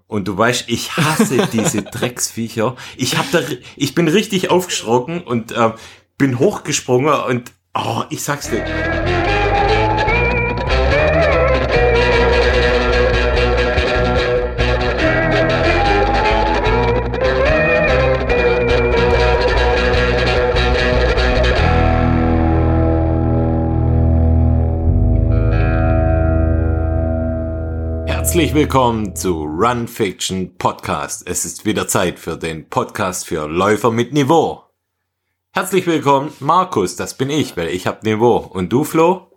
Und du weißt, ich hasse diese Drecksviecher. Ich bin richtig aufgeschrocken und bin hochgesprungen und ich sag's dir. Herzlich willkommen zu Run Fiction Podcast. Es ist wieder Zeit für den Podcast für Läufer mit Niveau. Herzlich willkommen, Markus, das bin ich, weil ich habe Niveau. Und du, Flo?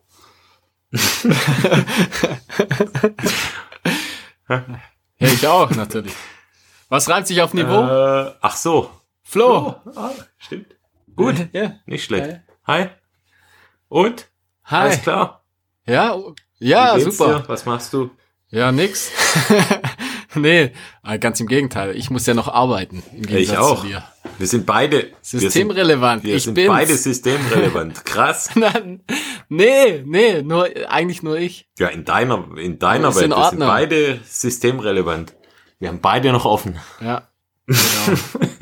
Ja, ich auch, natürlich. Was reimt sich auf Niveau? Ach so. Flo. Stimmt. Gut, Ja. nicht schlecht. Hi. Und? Hi. Alles klar? Ja, Wie geht's super. dir? Was machst du? Ja, nix. Nee, ganz im Gegenteil. Ich muss ja noch arbeiten. Im Gegensatz Ich auch. zu dir. Wir sind beide Systemrelevant. Wir ich sind bin's. beide systemrelevant. Krass. Nein, eigentlich nur ich. Ja, in deiner Ist Welt. in Wir sind Ordnung. beide systemrelevant. Wir haben beide noch offen. Ja, genau.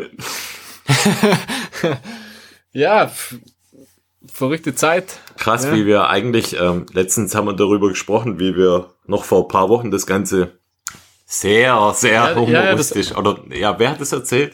Ja, verrückte Zeit. Krass, Ja. wie wir eigentlich, letztens haben wir darüber gesprochen, wie wir noch vor ein paar Wochen das Ganze sehr humoristisch, wer hat das erzählt?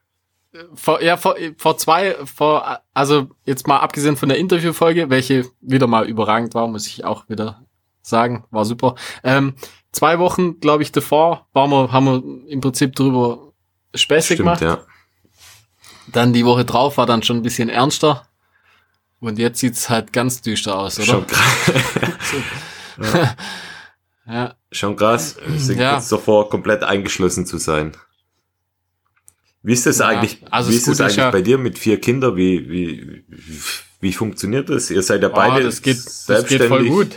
Also jetzt mal abgesehen von der Interviewfolge, welche wieder mal überragend war, muss ich auch wieder sagen, war super. 2 Wochen, glaube ich, davor haben wir im Prinzip drüber Späße gemacht. Ja. Dann die Woche drauf war dann schon ein bisschen ernster. Und jetzt sieht's halt ganz düster aus, oder? Schon krass. Ja. Schon krass. Wir sind kurz davor, komplett eingeschlossen zu sein. Wie ist das eigentlich, also wie das ist das Gute ist eigentlich ja- bei dir mit 4 Kindern? Wie funktioniert das? Ihr seid ja beide Das geht selbstständig. voll gut.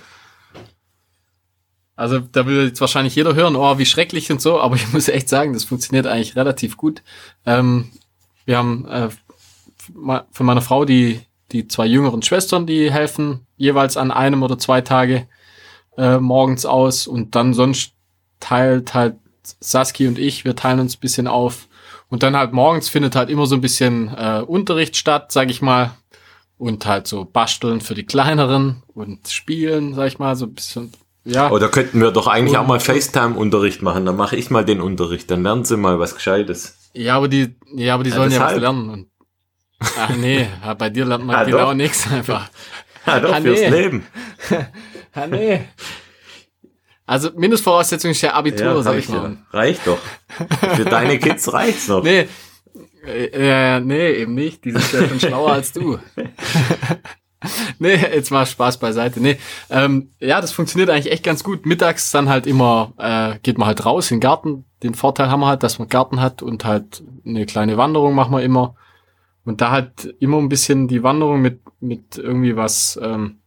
Also da will jetzt wahrscheinlich jeder hören, wie schrecklich und so, aber ich muss echt sagen, das funktioniert eigentlich relativ gut. Wir haben von meiner Frau die 2 jüngeren Schwestern, die helfen jeweils an einem oder 2 Tage morgens aus, und dann sonst teilt halt Saskia und ich, wir teilen uns ein bisschen auf, und dann halt morgens findet halt immer so ein bisschen Unterricht statt, sag ich mal, und halt so basteln für die Kleineren und spielen, sag ich mal, so ein bisschen, ja. Oder könnten wir doch eigentlich auch mal FaceTime-Unterricht machen? Dann mache ich mal den Unterricht, dann lernen sie mal was Gescheites. Ja, aber die sollen ja was deshalb. lernen. Und, ach nee, bei dir lernt man Ja, genau doch. nichts einfach. Ja, doch, Ah, fürs nee. Leben. Ah nee. Also Mindestvoraussetzung ist ja Abitur, sag hab ich mal. ja. Reicht doch. Für deine Kids reicht's noch. Nee, nee, eben nicht. Die sind ja schon schlauer als du. Nee, jetzt mal Spaß beiseite. Nee, ja, das funktioniert eigentlich echt ganz gut. Mittags dann halt immer, geht man halt raus in den Garten. Den Vorteil haben wir halt, dass man Garten hat, und halt eine kleine Wanderung machen wir immer. Und da halt immer ein bisschen die Wanderung mit irgendwie was,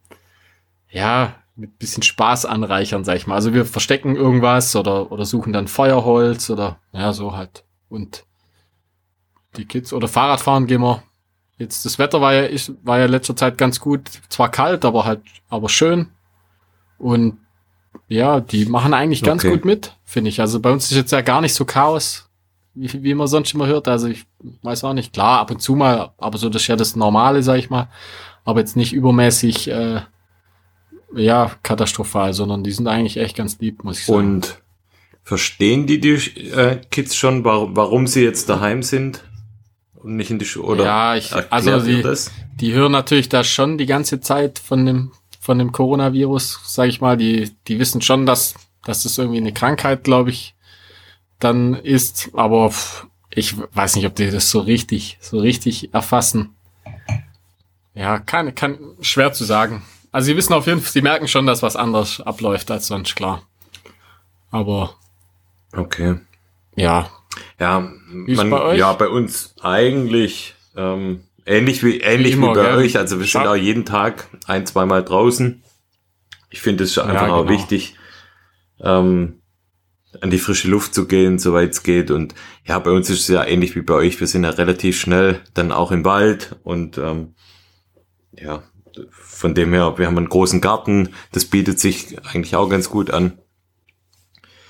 mit bisschen Spaß anreichern, sag ich mal. Also wir verstecken irgendwas oder suchen dann Feuerholz oder ja, so halt. Und die Kids oder Fahrradfahren gehen wir. Jetzt das Wetter war ja in letzter Zeit ganz gut. Zwar kalt, aber schön. Und ja, die machen eigentlich ganz Okay. gut mit, finde ich. Also bei uns ist jetzt ja gar nicht so Chaos, wie man sonst immer hört. Also ich weiß auch nicht. Klar, ab und zu mal, aber so das ist ja das Normale, sag ich mal. Aber jetzt nicht übermäßig, katastrophal, sondern die sind eigentlich echt ganz lieb, muss ich sagen. Und verstehen die Kids schon, warum sie jetzt daheim sind und nicht in die Schule? Oder Ja, erklärt ihr das? die hören natürlich da schon die ganze Zeit von dem Coronavirus, sag ich mal. Die wissen schon, dass das irgendwie eine Krankheit, glaube ich, dann ist. Aber ich weiß nicht, ob die das so richtig erfassen. Ja, kann schwer zu sagen. Also sie wissen auf jeden Fall, sie merken schon, dass was anderes abläuft als sonst, klar. Aber Okay. ja. Ja, Wie ist bei euch? ja, bei uns eigentlich ähnlich wie immer, bei gell? euch. Also wir sind Ja. auch jeden Tag 1-2 Mal draußen. Ich finde es einfach Ja, auch genau. wichtig, an die frische Luft zu gehen, soweit es geht. Und ja, bei uns ist es ja ähnlich wie bei euch. Wir sind ja relativ schnell dann auch im Wald und ja, von dem her, wir haben einen großen Garten. Das bietet sich eigentlich auch ganz gut an.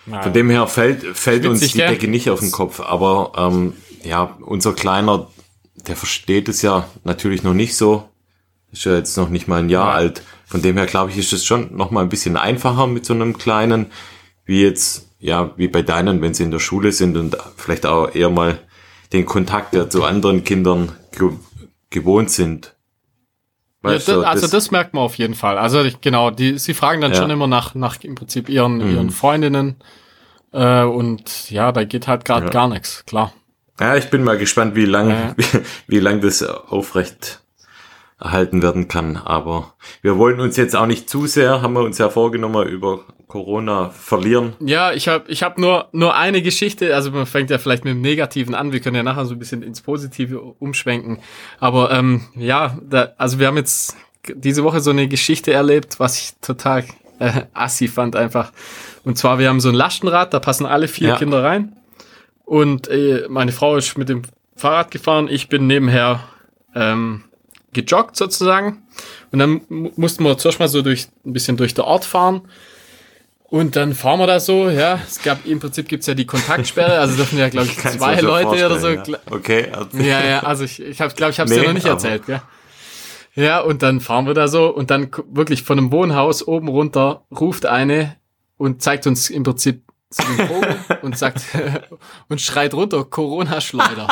Von dem her fällt uns witzig, die gell? Decke nicht auf den Kopf. Aber ja, unser Kleiner, der versteht es ja natürlich noch nicht so. Ist ja jetzt noch nicht mal ein Jahr alt. Von dem her, glaube ich, ist es schon noch mal ein bisschen einfacher mit so einem Kleinen, wie jetzt, ja, wie bei deinen, wenn sie in der Schule sind und vielleicht auch eher mal den Kontakt ja zu anderen Kindern gewohnt sind. Weißt du, das merkt man auf jeden Fall. Also genau, sie fragen dann schon immer nach im Prinzip ihren Freundinnen und ja, da geht halt gerade gar nichts, klar. Ja, ich bin mal gespannt, wie lang das aufrecht erhalten werden kann. Aber wir wollen uns jetzt auch nicht zu sehr, haben wir uns ja vorgenommen, über Corona verlieren. Ja, ich hab nur eine Geschichte, also man fängt ja vielleicht mit dem Negativen an, wir können ja nachher so ein bisschen ins Positive umschwenken. Aber also wir haben jetzt diese Woche so eine Geschichte erlebt, was ich total assi fand einfach. Und zwar, wir haben so ein Lastenrad, da passen alle 4 Kinder rein. Und meine Frau ist mit dem Fahrrad gefahren, ich bin nebenher gejoggt sozusagen. Und dann mussten wir zuerst mal so ein bisschen durch den Ort fahren. Und dann fahren wir da so, ja. Im Prinzip gibt's ja die Kontaktsperre, also dürfen ja, glaube ich, 2 Leute oder so. Ja. Okay. Ja, also ich hab's dir noch nicht erzählt, gell? Ja, und dann fahren wir da so und dann wirklich von einem Wohnhaus oben runter ruft eine und zeigt uns im Prinzip so den Bogen und sagt und schreit runter, Corona-Schleuder.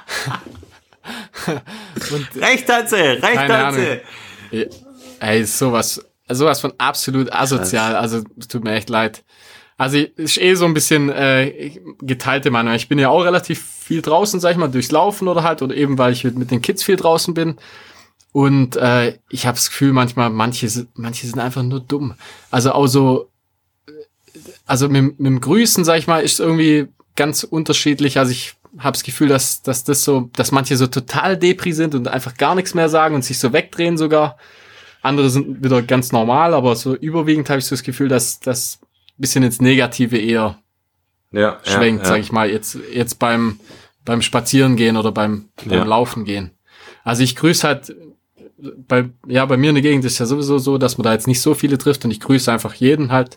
Recht hat sie. Ey, sowas von absolut asozial, also es tut mir echt leid. Also ist so ein bisschen geteilte Meinung. Ich bin ja auch relativ viel draußen, sag ich mal, durchs Laufen oder eben, weil ich mit den Kids viel draußen bin. Und ich habe das Gefühl, manchmal, manche sind einfach nur dumm. Also auch so, also mit dem Grüßen, sag ich mal, ist irgendwie ganz unterschiedlich. Also ich habe das Gefühl, dass manche so total Depri sind und einfach gar nichts mehr sagen und sich so wegdrehen sogar. Andere sind wieder ganz normal, aber so überwiegend habe ich so das Gefühl, dass das ein bisschen ins Negative eher schwenkt, sag ich mal, jetzt beim Spazierengehen oder beim Laufen gehen. Also ich grüße halt, bei mir in der Gegend ist ja sowieso so, dass man da jetzt nicht so viele trifft und ich grüße einfach jeden halt.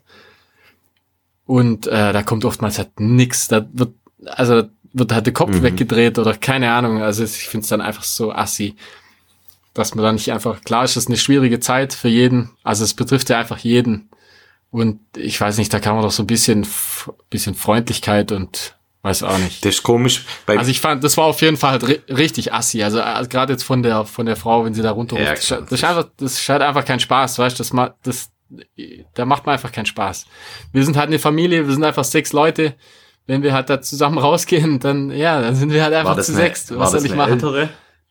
Und da kommt oftmals halt nix, da wird halt der Kopf weggedreht oder keine Ahnung, also ich finde es dann einfach so assi. Dass man da nicht einfach, klar ist das eine schwierige Zeit für jeden, also es betrifft ja einfach jeden und ich weiß nicht, da kann man doch so ein bisschen Freundlichkeit und weiß auch nicht. Das ist komisch. Also ich fand, das war auf jeden Fall halt richtig assi, also gerade jetzt von der Frau, wenn sie da runterruft, das ist halt einfach kein Spaß, weißt du, da macht man einfach keinen Spaß. Wir sind halt eine Familie, wir sind einfach 6 Leute, wenn wir halt da zusammen rausgehen, dann sind wir halt einfach zu 6. Was soll ich machen? Ältere?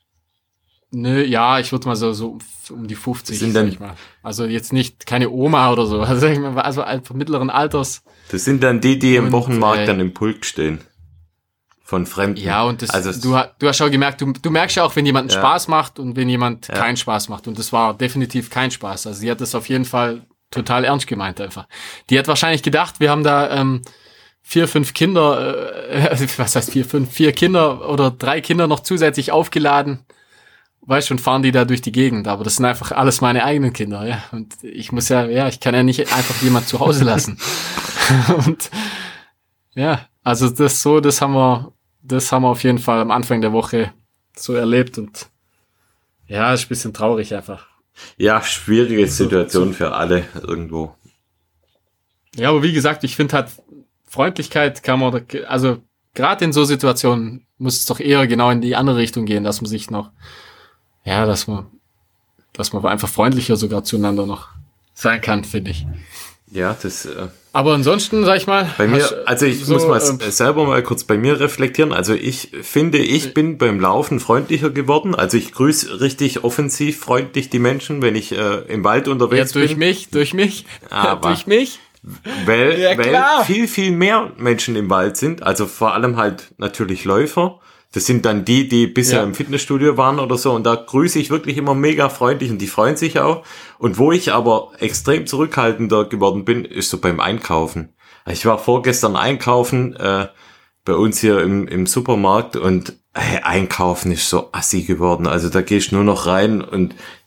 Nö, ja, ich würde mal so um die 50, sind sag ich mal. Also jetzt nicht keine Oma oder so, also einfach mittleren Alters. Das sind dann die im Wochenmarkt dann im Pulk stehen. Von Fremden. Ja, und du hast schon gemerkt, du merkst ja auch, wenn jemand Spaß macht und wenn jemand keinen Spaß macht. Und das war definitiv kein Spaß. Also sie hat das auf jeden Fall total ernst gemeint einfach. Die hat wahrscheinlich gedacht, wir haben da 4, 5 Kinder, was heißt 4, 5, 4 Kinder oder 3 Kinder noch zusätzlich aufgeladen. Weißt du, und fahren die da durch die Gegend, aber das sind einfach alles meine eigenen Kinder, ja. Und ich muss ich kann ja nicht einfach jemand zu Hause lassen. Und ja, also das haben wir auf jeden Fall am Anfang der Woche so erlebt und ja, ist ein bisschen traurig einfach. Ja, schwierige Situation für alle irgendwo. Ja, aber wie gesagt, ich finde halt, Freundlichkeit kann man, also gerade in so Situationen muss es doch eher genau in die andere Richtung gehen, dass man sich noch dass man einfach freundlicher sogar zueinander noch sein kann, finde ich. Ja, das. Aber ansonsten, sag ich mal. Bei mir, also ich muss mal selber mal kurz bei mir reflektieren. Also ich finde, ich bin beim Laufen freundlicher geworden. Also ich grüße richtig offensiv freundlich die Menschen, wenn ich im Wald unterwegs bin. Durch mich. Aber durch mich. Weil viel, viel mehr Menschen im Wald sind. Also vor allem halt natürlich Läufer. Das sind dann die bisher im Fitnessstudio waren oder so. Und da grüße ich wirklich immer mega freundlich und die freuen sich auch. Und wo ich aber extrem zurückhaltender geworden bin, ist so beim Einkaufen. Ich war vorgestern einkaufen bei uns hier im Supermarkt und einkaufen ist so assi geworden. Also da gehst du nur noch rein und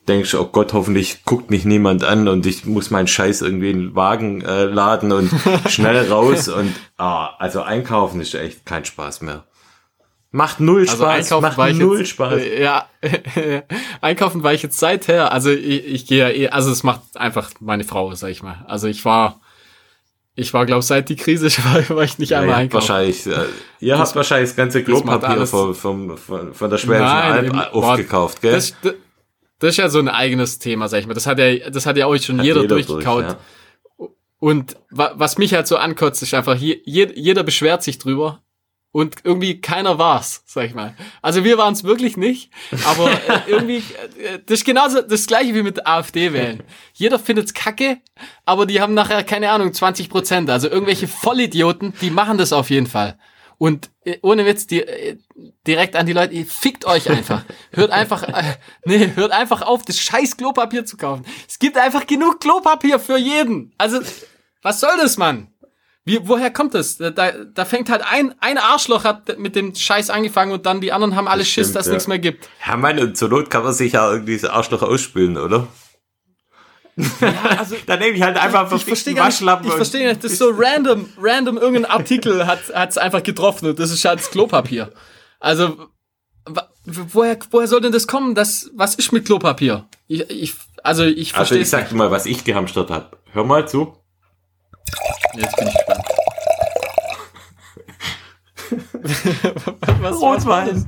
denkst, oh Gott, hoffentlich guckt mich niemand an und ich muss meinen Scheiß irgendwie in den Wagen laden und schnell raus und also einkaufen ist echt kein Spaß mehr. Macht null Spaß, Ja, einkaufen war ich jetzt seither, also ich gehe ja also es macht einfach meine Frau, sag ich mal. Also ich war, glaube seit die Krise war ich nicht einmal einkaufen. Wahrscheinlich, ihr habt wahrscheinlich das ganze Klopapier von der Schwäbischen Alb aufgekauft, gell? Das ist ja so ein eigenes Thema, sag ich mal. Das hat ja auch schon jeder durchgekaut. Ja. Und was mich halt so ankotzt, ist einfach, jeder beschwert sich drüber. Und irgendwie keiner war's, sag ich mal. Also wir waren's wirklich nicht, aber irgendwie, das ist genauso das Gleiche wie mit AfD-Wählen. Jeder findet's kacke, aber die haben nachher, keine Ahnung, 20%. Also irgendwelche Vollidioten, die machen das auf jeden Fall. Und ohne Witz, direkt an die Leute, ihr fickt euch einfach. Hört einfach auf, das scheiß Klopapier zu kaufen. Es gibt einfach genug Klopapier für jeden. Also, was soll das, Mann? Woher kommt das? Da fängt halt ein Arschloch hat mit dem Scheiß angefangen und dann die anderen haben alle Schiss, dass es nichts mehr gibt. Ja, und zur Not kann man sich ja irgendwie diese Arschloch ausspülen, oder? Ja, also dann nehme ich halt einfach Waschlappen. Ich verstehe nicht, das ist so random irgendein Artikel hat's einfach getroffen und das ist halt das Klopapier. Also woher soll denn das kommen? Was ist mit Klopapier? Ich verstehe. Also ich sag dir mal, was ich gehamstert habe. Hör mal zu. Jetzt bin ich gespannt. Rotwein.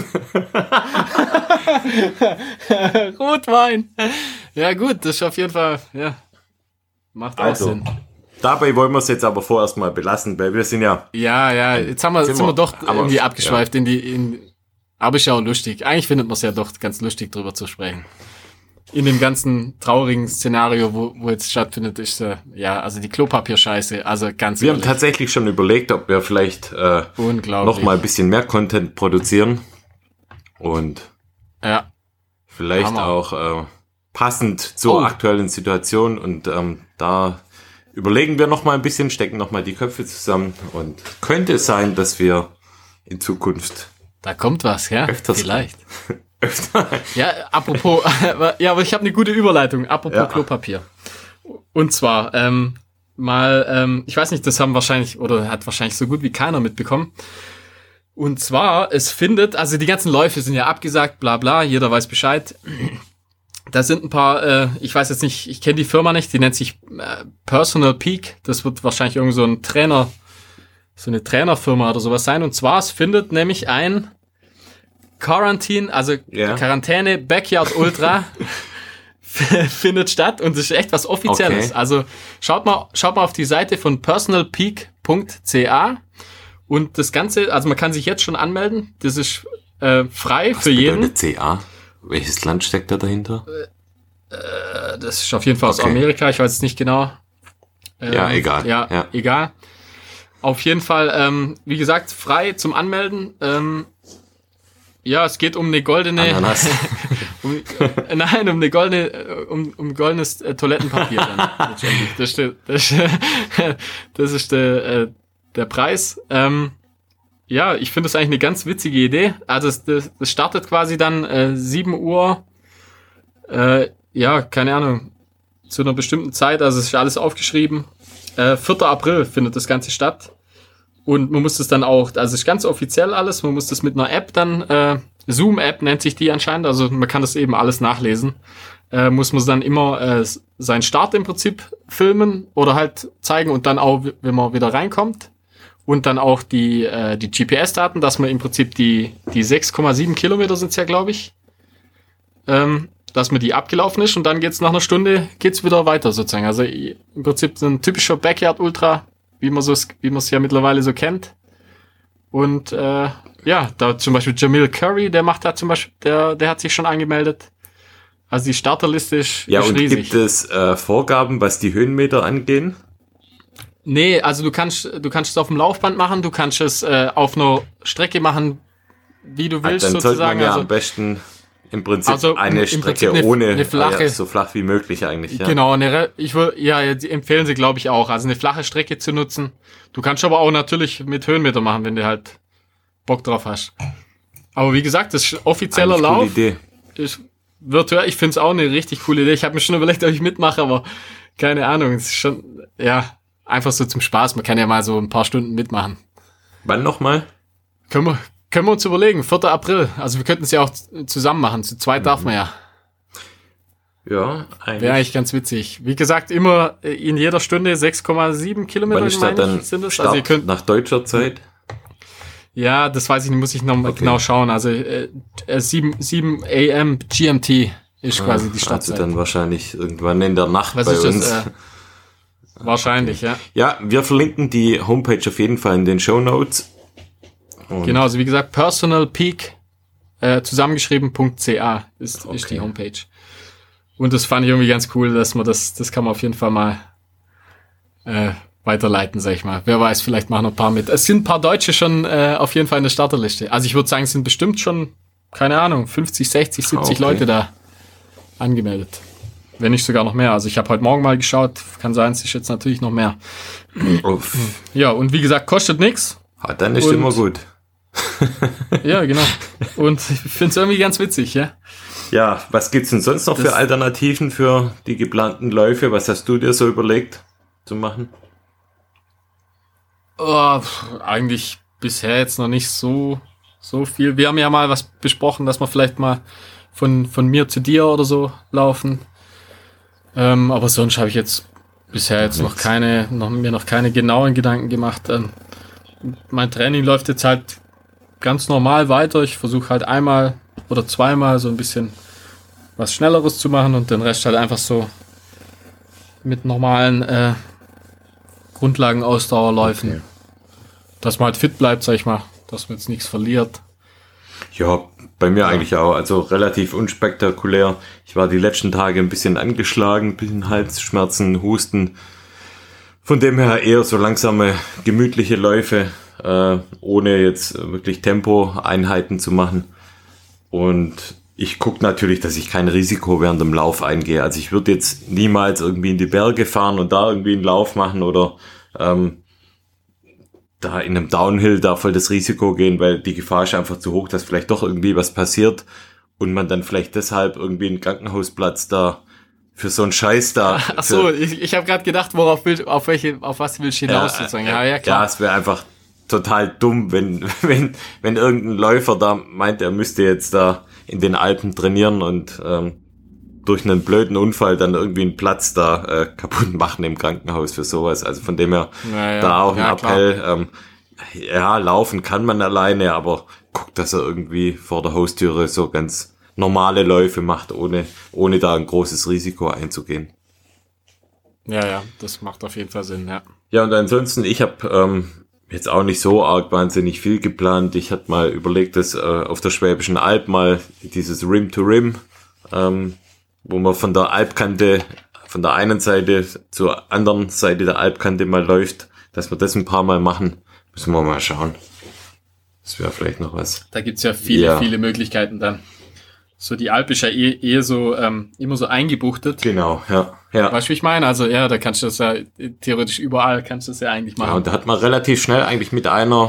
Rotwein. Ja gut, das ist auf jeden Fall, ja, macht auch Sinn. Dabei wollen wir es jetzt aber vorerst mal belassen, weil wir sind ja... Ja, jetzt sind wir doch irgendwie abgeschweift aber ist ja auch lustig. Eigentlich findet man es ja doch ganz lustig, drüber zu sprechen. In dem ganzen traurigen Szenario, wo jetzt stattfindet, ist also die Klopapierscheiße, also ganz Wir haben tatsächlich schon überlegt, ob wir vielleicht noch mal ein bisschen mehr Content produzieren und vielleicht auch passend zur aktuellen Situation und da überlegen wir noch mal ein bisschen, stecken noch mal die Köpfe zusammen und könnte es sein, dass wir in Zukunft da kommt was, ja, vielleicht. Ja, apropos, aber ich habe eine gute Überleitung, apropos Klopapier. Und zwar, ich weiß nicht, das hat wahrscheinlich so gut wie keiner mitbekommen. Und zwar, also die ganzen Läufe sind ja abgesagt, bla bla, jeder weiß Bescheid. Da sind ein paar, ich weiß jetzt nicht, ich kenne die Firma nicht, die nennt sich Personal Peak. Das wird wahrscheinlich irgend so eine Trainerfirma oder sowas sein. Und zwar, es findet nämlich ein Quarantäne Backyard Ultra findet statt und es ist echt was Offizielles. Okay. Also schaut mal auf die Seite von personalpeak.ca und das Ganze, also man kann sich jetzt schon anmelden. Das ist frei für jeden. Was bedeutet CA? Welches Land steckt da dahinter? Das ist auf jeden Fall aus Amerika, ich weiß es nicht genau. Egal. Ja, egal. Auf jeden Fall, wie gesagt, frei zum Anmelden. Es geht um eine goldene, um goldenes Toilettenpapier dann. Das ist der Preis. Ich finde das eigentlich eine ganz witzige Idee. Also das startet quasi dann 7 Uhr, keine Ahnung, zu einer bestimmten Zeit, also es ist alles aufgeschrieben. 4. April findet das Ganze statt. Und man muss das dann auch, also es ist ganz offiziell alles, man muss das mit einer App dann, Zoom-App nennt sich die anscheinend, also man kann das eben alles nachlesen. Muss man dann immer seinen Start im Prinzip filmen oder halt zeigen und dann auch, wenn man wieder reinkommt. Und dann auch die GPS-Daten, dass man im Prinzip die 6,7 Kilometer sind's ja, glaube ich, dass man die abgelaufen ist und dann geht's nach einer Stunde wieder weiter sozusagen. Also im Prinzip so ein typischer Backyard-Ultra, wie man es ja mittlerweile so kennt. Und da zum Beispiel Jamil Curry, der macht da zum Beispiel, der hat sich schon angemeldet. Also die Starterliste ist riesig. Gibt es Vorgaben, was die Höhenmeter angehen? Nee, also du kannst es auf dem Laufband machen, du kannst es auf einer Strecke machen, wie du willst, dann sozusagen. Dann sollte man am besten im Prinzip eine Strecke ohne, eine flache, so flach wie möglich eigentlich. Ja. Genau, empfehlen sie, glaube ich, auch, also eine flache Strecke zu nutzen. Du kannst aber auch natürlich mit Höhenmeter machen, wenn du halt Bock drauf hast. Aber wie gesagt, das ist offizieller Lauf. Idee. virtuell, ich finde es auch eine richtig coole Idee. Ich habe mir schon überlegt, ob ich mitmache, aber keine Ahnung. Es ist schon, ja, einfach so zum Spaß. Man kann ja mal so ein paar Stunden mitmachen. Wann nochmal? Können wir uns überlegen, 4. April. Also wir könnten es ja auch zusammen machen. Zu zweit darf man ja. Ja, eigentlich. Wäre eigentlich ganz witzig. Wie gesagt, immer in jeder Stunde 6,7 Kilometer. Wann ist das dann Start also ihr könnt, nach deutscher Zeit? Ja, das weiß ich nicht, muss ich noch mal genau schauen. Also 7 AM GMT ist quasi die Startzeit. Also dann wahrscheinlich irgendwann in der Nacht Was bei ist uns. Das, wahrscheinlich, ja. Ja, wir verlinken die Homepage auf jeden Fall in den Shownotes. Genau, also wie gesagt, personalpeak zusammengeschrieben.ca ist die Homepage. Und das fand ich irgendwie ganz cool, dass man das kann man auf jeden Fall mal weiterleiten, sag ich mal. Wer weiß, vielleicht machen noch ein paar mit. Es sind ein paar Deutsche schon auf jeden Fall in der Starterliste. Also ich würde sagen, es sind bestimmt schon, keine Ahnung, 50, 60, 70 Leute da angemeldet. Wenn nicht sogar noch mehr. Also ich habe heute Morgen mal geschaut, kann sein, es ist jetzt natürlich noch mehr. Uff. Ja, und wie gesagt, kostet nichts. Dann ist immer gut. Ja, genau. Und ich finde es irgendwie ganz witzig, ja. Ja, was gibt's denn sonst noch für Alternativen für die geplanten Läufe? Was hast du dir so überlegt zu machen? Oh, eigentlich bisher jetzt noch nicht so viel. Wir haben ja mal was besprochen, dass wir vielleicht mal von mir zu dir oder so laufen. Aber sonst habe ich jetzt bisher jetzt noch keine genauen Gedanken gemacht. Mein Training läuft jetzt halt ganz normal weiter. Ich versuche halt einmal oder zweimal so ein bisschen was Schnelleres zu machen und den Rest halt einfach so mit normalen Grundlagenausdauerläufen. Okay. Dass man halt fit bleibt, sag ich mal, dass man jetzt nichts verliert. Ja, bei mir eigentlich auch, also relativ unspektakulär. Ich war die letzten Tage ein bisschen angeschlagen, ein bisschen Halsschmerzen, Husten. Von dem her eher so langsame, gemütliche Läufe, ohne jetzt wirklich Tempo-Einheiten zu machen. Und ich gucke natürlich, dass ich kein Risiko während dem Lauf eingehe. Also ich würde jetzt niemals irgendwie in die Berge fahren und da irgendwie einen Lauf machen oder da in einem Downhill da voll das Risiko gehen, weil die Gefahr ist einfach zu hoch, dass vielleicht doch irgendwie was passiert und man dann vielleicht deshalb irgendwie einen Krankenhausplatz da für so einen Scheiß da. Ach so, ich habe gerade gedacht, auf was willst du hinaus sozusagen? Ja, klar. Ja, es wäre einfach total dumm, wenn irgendein Läufer da meint, er müsste jetzt da in den Alpen trainieren und durch einen blöden Unfall dann irgendwie einen Platz da kaputt machen im Krankenhaus für sowas. Also von dem her da auch ein Appell. Laufen kann man alleine, aber guckt, dass er irgendwie vor der Haustüre so ganz normale Läufe macht, ohne da ein großes Risiko einzugehen. Ja, das macht auf jeden Fall Sinn, ja. Ja, und ansonsten, ich habe jetzt auch nicht so arg wahnsinnig viel geplant. Ich hatte mal überlegt, dass auf der Schwäbischen Alb mal dieses Rim to Rim, wo man von der Alpkante, von der einen Seite zur anderen Seite der Alpkante mal läuft, dass wir das ein paar Mal machen. Müssen wir mal schauen. Das wäre vielleicht noch was. Da gibt's ja viele Möglichkeiten dann. So die Alp ist ja eher so immer so eingebuchtet. Genau, ja. Weißt du, wie ich meine? Also ja, da kannst du das ja theoretisch überall kannst du das ja eigentlich machen. Ja, und da hat man relativ schnell eigentlich mit einer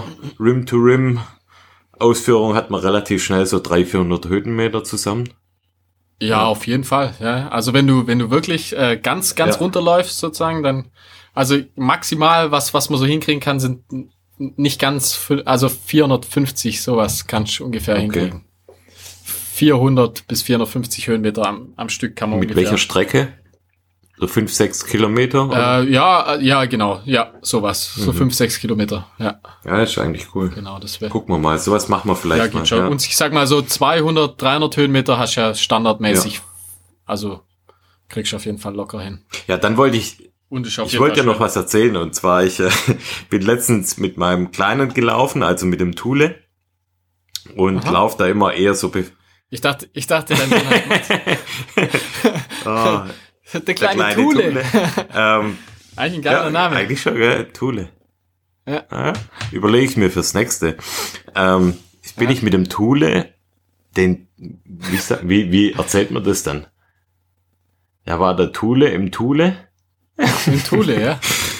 Rim-to-Rim-Ausführung hat man relativ schnell so 300-400 Höhenmeter zusammen. Ja, auf jeden Fall. Ja, also wenn du wirklich ganz runterläufst sozusagen, dann also maximal was man so hinkriegen kann, sind nicht ganz, also 450 sowas kannst du ungefähr hinkriegen. 400 bis 450 Höhenmeter am Stück kann man mit ungefähr. Welcher Strecke? So 5-6 Kilometer? Ja, genau. Ja, sowas. So 5-6 Kilometer. Ja. Ja, ist eigentlich cool. Genau, das wäre. Gucken wir mal. Sowas machen wir vielleicht mal. Schon. Ja. Und ich sag mal so 200, 300 Höhenmeter hast du ja standardmäßig. Ja. Also kriegst du auf jeden Fall locker hin. Ja, dann wollte ich wollte ja noch was erzählen. Und zwar, ich bin letztens mit meinem Kleinen gelaufen, also mit dem Thule. Und laufe da immer eher so... Ich dachte dann halt, der kleine Thule. Eigentlich ein geiler Name. Eigentlich schon, gell? Thule. Ja. Überlege ich mir fürs Nächste. Bin ich mit dem Thule, wie erzählt man das dann? Ja, war der Thule im Thule? Im Thule, ja.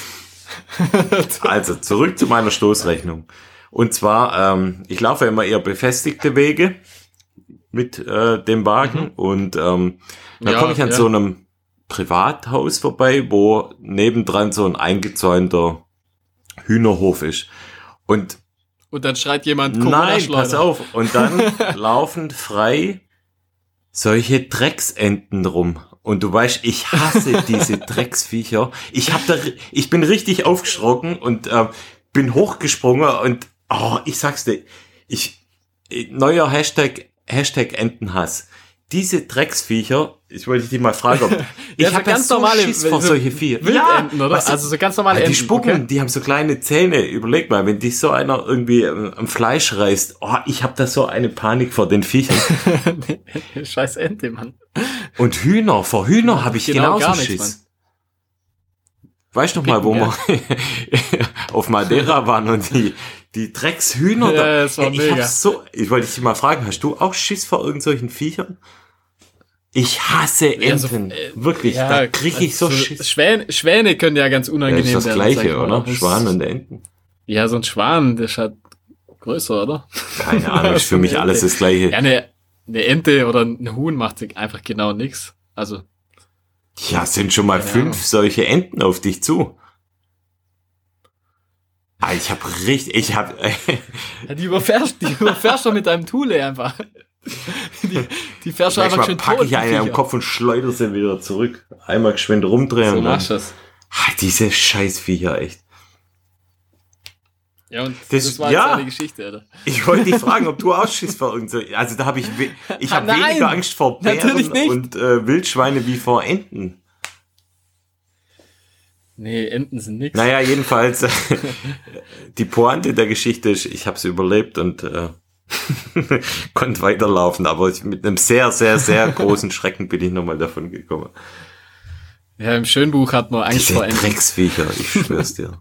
Also, zurück zu meiner Stoßrechnung. Und zwar, ich laufe immer eher befestigte Wege. mit dem Wagen und da komme ich an so einem Privathaus vorbei, wo nebendran so ein eingezäunter Hühnerhof ist. Und dann schreit jemand, nein, pass auf. Und dann laufen frei solche Drecksenten rum. Und du weißt, ich hasse diese Drecksviecher. Ich bin richtig aufgeschrocken und bin hochgesprungen und ich sag's dir, neuer Hashtag Entenhass. Diese Drecksviecher, ich wollte dich mal fragen, ob ich habe ganz so normale Schiss vor solche Viecher. Wildenten, oder? Also so ganz normale Enten. Die spucken, die haben so kleine Zähne. Überleg mal, wenn dich so einer irgendwie am Fleisch reißt, ich habe da so eine Panik vor den Viechern. Scheiß Ente, Mann. Und vor Hühner habe ich genauso Schiss. Weißt du noch mal, wo wir auf Madeira waren und die Dreckshühner da. Das war mega. Ich wollte dich mal fragen, hast du auch Schiss vor irgendwelchen Viechern? Ich hasse Enten. Wirklich, da kriege ich so Schiss. Schwäne können ja ganz unangenehm werden. Das ist das Gleiche, oder? Schwan und Enten. Ja, so ein Schwan, der ist halt größer, oder? Keine Ahnung, ist für mich alles das Gleiche. Ja, eine Ente oder ein Huhn macht einfach genau nichts. Also. Ja, sind schon mal 5 solche Enten auf dich zu. Die überfährst du mit deinem Thule einfach. Die fährst du einfach schön tot. Packe ich einen am Kopf und schleudere sie wieder zurück. Einmal geschwind rumdrehen. So machst du das. Diese Scheißviecher, echt. Ja, und das war jetzt eine Geschichte, oder? Ich wollte dich fragen, ob du auch Schiss vor irgend so. Also da habe ich weniger Angst vor Bären und Wildschweine wie vor Enten. Nee, Enten sind nix. Naja, jedenfalls, die Pointe der Geschichte ist, ich habe es überlebt und konnte weiterlaufen, aber mit einem sehr, sehr, sehr großen Schrecken bin ich nochmal davon gekommen. Ja, im Schönbuch hat man Angst vor Enten. Drecksviecher, ich schwör's dir.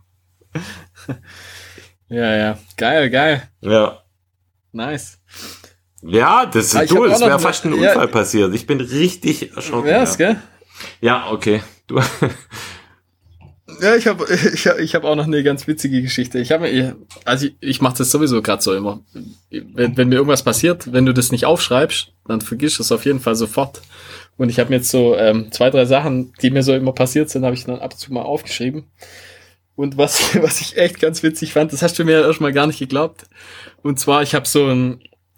Ja. Geil. Ja. Nice. Ja, das ist cool. Es wäre fast ein Unfall passiert. Ich bin richtig erschrocken. Gell? Ja, okay. Du. Ja, ich hab auch noch eine ganz witzige Geschichte. Ich mache das sowieso gerade so immer. Wenn mir irgendwas passiert, wenn du das nicht aufschreibst, dann vergisst du es auf jeden Fall sofort. Und ich habe mir jetzt so 2, 3 Sachen, die mir so immer passiert sind, habe ich dann ab und zu mal aufgeschrieben. Und was ich echt ganz witzig fand, das hast du mir erstmal gar nicht geglaubt. Und zwar, ich habe so ein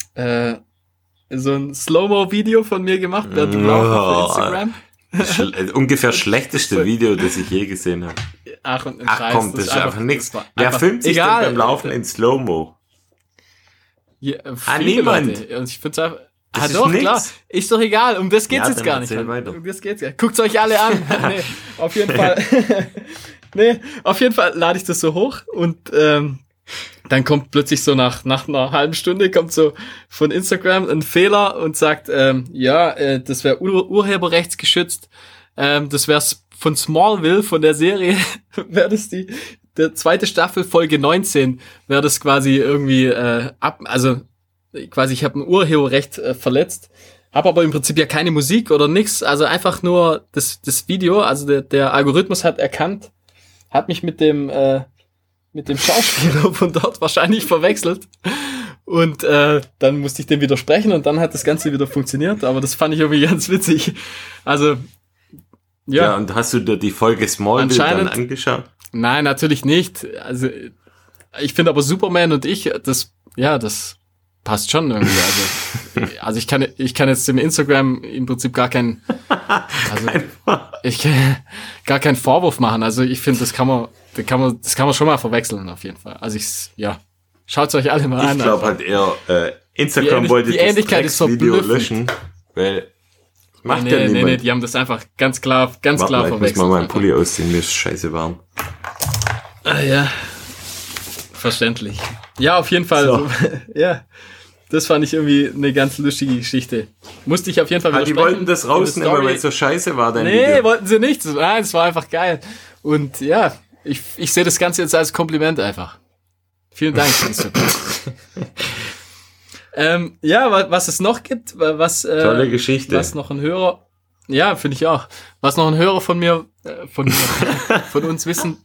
Slow-Mo-Video von mir gemacht, während du auf Instagram. Ungefähr schlechteste Video, das ich je gesehen habe. Ach komm, das ist einfach nichts. Wer filmt sich denn beim Laufen in Slow-Mo? Ja, niemand. Leute. Und ich find's einfach, doch, nix. Klar. Ist doch egal. Um das geht's jetzt gar nicht. Um das geht's ja. Guckt's euch alle an. Nee, auf jeden Fall. Auf jeden Fall lade ich das so hoch und dann kommt plötzlich so nach einer halben Stunde kommt so von Instagram ein Fehler und sagt, das wäre urheberrechtsgeschützt. Das wäre von Smallville, von der Serie, wäre das der 2. Staffel, Folge 19, wäre das quasi irgendwie ich habe ein Urheberrecht verletzt, habe aber im Prinzip ja keine Musik oder nix, also einfach nur das Video, also der Algorithmus hat erkannt, hat mich mit dem Schauspieler von dort wahrscheinlich verwechselt. Und dann musste ich dem widersprechen und dann hat das Ganze wieder funktioniert. Aber das fand ich irgendwie ganz witzig. Also, ja. Und hast du dir die Folge Smallville dann angeschaut? Nein, natürlich nicht. Also, ich finde aber Superman und das passt schon irgendwie. Also ich kann jetzt dem Instagram im Prinzip gar keinen Vorwurf machen. Also ich finde, das kann man schon mal verwechseln auf jeden Fall. Also schaut's euch alle mal an. Ich glaube halt eher, Instagram wollte die Ähnlichkeit ist Video löschen, weil macht ja niemand. Nee, die haben das einfach ganz klar verwechselt. Ich muss mal meinen Pulli ausziehen, mir ist scheiße warm. Ah ja, verständlich. Ja, auf jeden Fall. So. Ja. Das fand ich irgendwie eine ganz lustige Geschichte. Musste ich auf jeden Fall widersprechen. Die wollten das rausnehmen, weil es so scheiße war, dein Video. Nee, wollten sie nicht. Nein, es war einfach geil. Und ja, ich sehe das Ganze jetzt als Kompliment einfach. Vielen Dank. Was es noch gibt, tolle Geschichte. Was noch ein Hörer, ja, finde ich auch, was noch ein Hörer von uns wissen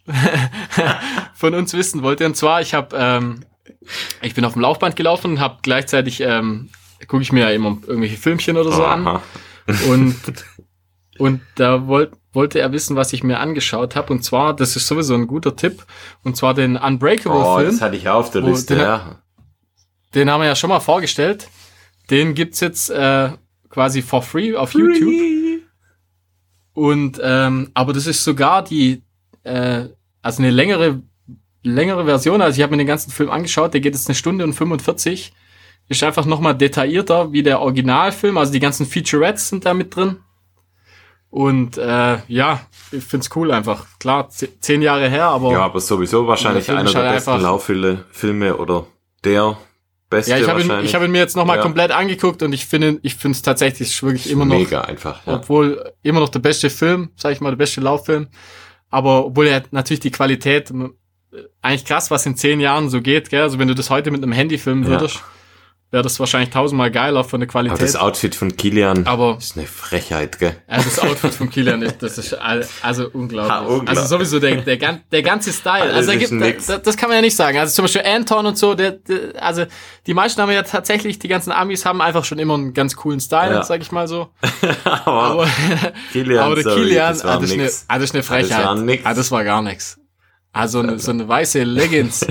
wollte. Und zwar, ich bin auf dem Laufband gelaufen und habe gleichzeitig gucke ich mir ja immer irgendwelche Filmchen oder so an. Und da wollte er wissen, was ich mir angeschaut habe. Und zwar, das ist sowieso ein guter Tipp, und zwar den Unbreakable-Film. Das hatte ich auch auf der Liste, Den haben wir ja schon mal vorgestellt. Den gibt's jetzt quasi for free auf YouTube. Und aber das ist sogar also eine längere Version. Also ich habe mir den ganzen Film angeschaut. Der geht jetzt 1 Stunde und 45. Ist einfach nochmal detaillierter wie der Originalfilm. Also die ganzen Featurettes sind da mit drin. Und ich find's cool einfach. Klar, 10 Jahre her, aber... Ja, aber sowieso wahrscheinlich einer der besten Lauffilme oder der beste wahrscheinlich. Ich habe ihn mir jetzt nochmal komplett angeguckt und ich finde es tatsächlich wirklich immer noch... Mega einfach, ja. Obwohl immer noch der beste Film, sag ich mal, der beste Lauffilm. Aber obwohl er natürlich die Qualität... Eigentlich krass, was in 10 Jahren so geht, gell? Also wenn du das heute mit einem Handy filmen würdest... wäre das wahrscheinlich 1000-mal geiler von der Qualität. Aber das Outfit von Kilian ist eine Frechheit, gell? Ja, das Outfit von Kilian das ist also unglaublich. Also sowieso der ganze Style. Also das kann man ja nicht sagen. Also zum Beispiel Anton und so, also die meisten haben ja tatsächlich, die ganzen Amis haben einfach schon immer einen ganz coolen Style, sag ich mal so. aber Kilian, der Kilian, das ist eine Frechheit. Das war gar nichts. Also so eine weiße Leggings.